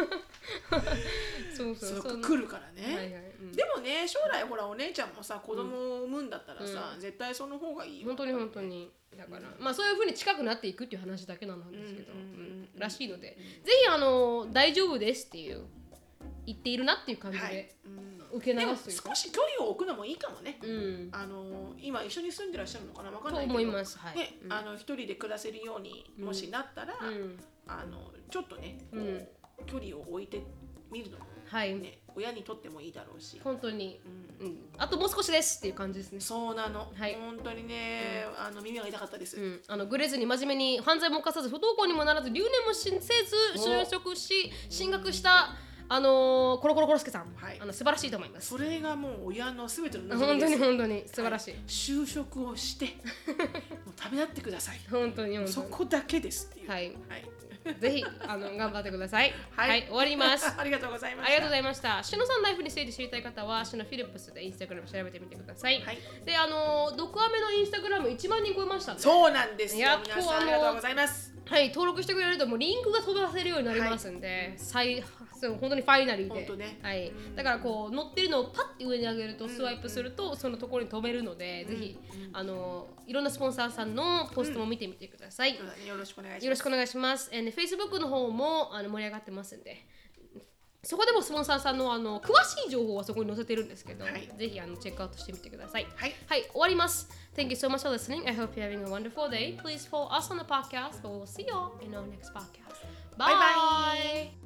そうそうそう来るからね、はいはいうん、でもね将来ほらお姉ちゃんもさ子供を産むんだったらさ、うん、絶対その方がいいよ本当に本当にだから、うん、まあそういう風に近くなっていくっていう話だけなんですけど、うんうんうんうん、らしいので、うん、ぜひあの大丈夫ですっていう言っているなっていう感じで、はいうん、受け流すというか少し距離を置くのもいいかもね、うん、あの今一緒に住んでらっしゃるのかな分かんないけどと思います、はいねうん、あの一人で暮らせるようにもしなったら、うん、あのちょっとねこう、うん距離を置いてみるのも、ねはい、親にとってもいいだろうし本当に、うんうん、あともう少しですっていう感じですね。 そうなの、はい、本当にね、うん、あの耳が痛かったです、うん、 あのグレずに真面目に犯罪も犯さず不登校にもならず留年もせず就職し進学したあのー、コロコロコロスケさん、はい、あの素晴らしいと思います。 それがもう親のすべての望みです。本当に本当に素晴らしい、はい、 就職をしてもう食め合ってください。 本当に本当にそこだけですっていう。 はい。 はいぜひあの頑張ってください。 はい、 はい、終わります。 ありがとうございました。 ありがとうございました。シノさんライフについて知りたい方は、シノフィリップスでインスタグラム調べてみてください。はい、で、あの、ドクアメのインスタグラムいちまんにん超えましたね。 そうなんですよ。 やっと皆さんありがとうございます。 はい、登録してくれるともうリンクが飛ばせるようになりますんで、はい、最そう本当にファイナリーで、 本当ね、 はい、だからこう乗ってるのをパッて上に上げるとスワイプするとそのところに飛べるので、うん、ぜひ、うん、あのいろんなスポンサーさんのポストも見てみてください。 うん、よろしくお願いします。 よろしくお願いします。で Facebook の方もあの盛り上がってますんで。そこでもスポンサーさん の, あの詳しい情報はそこに載せてるんですけど、はい、ぜひあのチェックアウトしてみてください。はい、はい、終わります。Thank you so much for listening. I hope you're having a wonderful day. Please follow us on the podcast, but we'll see you in our next podcast. Bye bye. Bye, bye.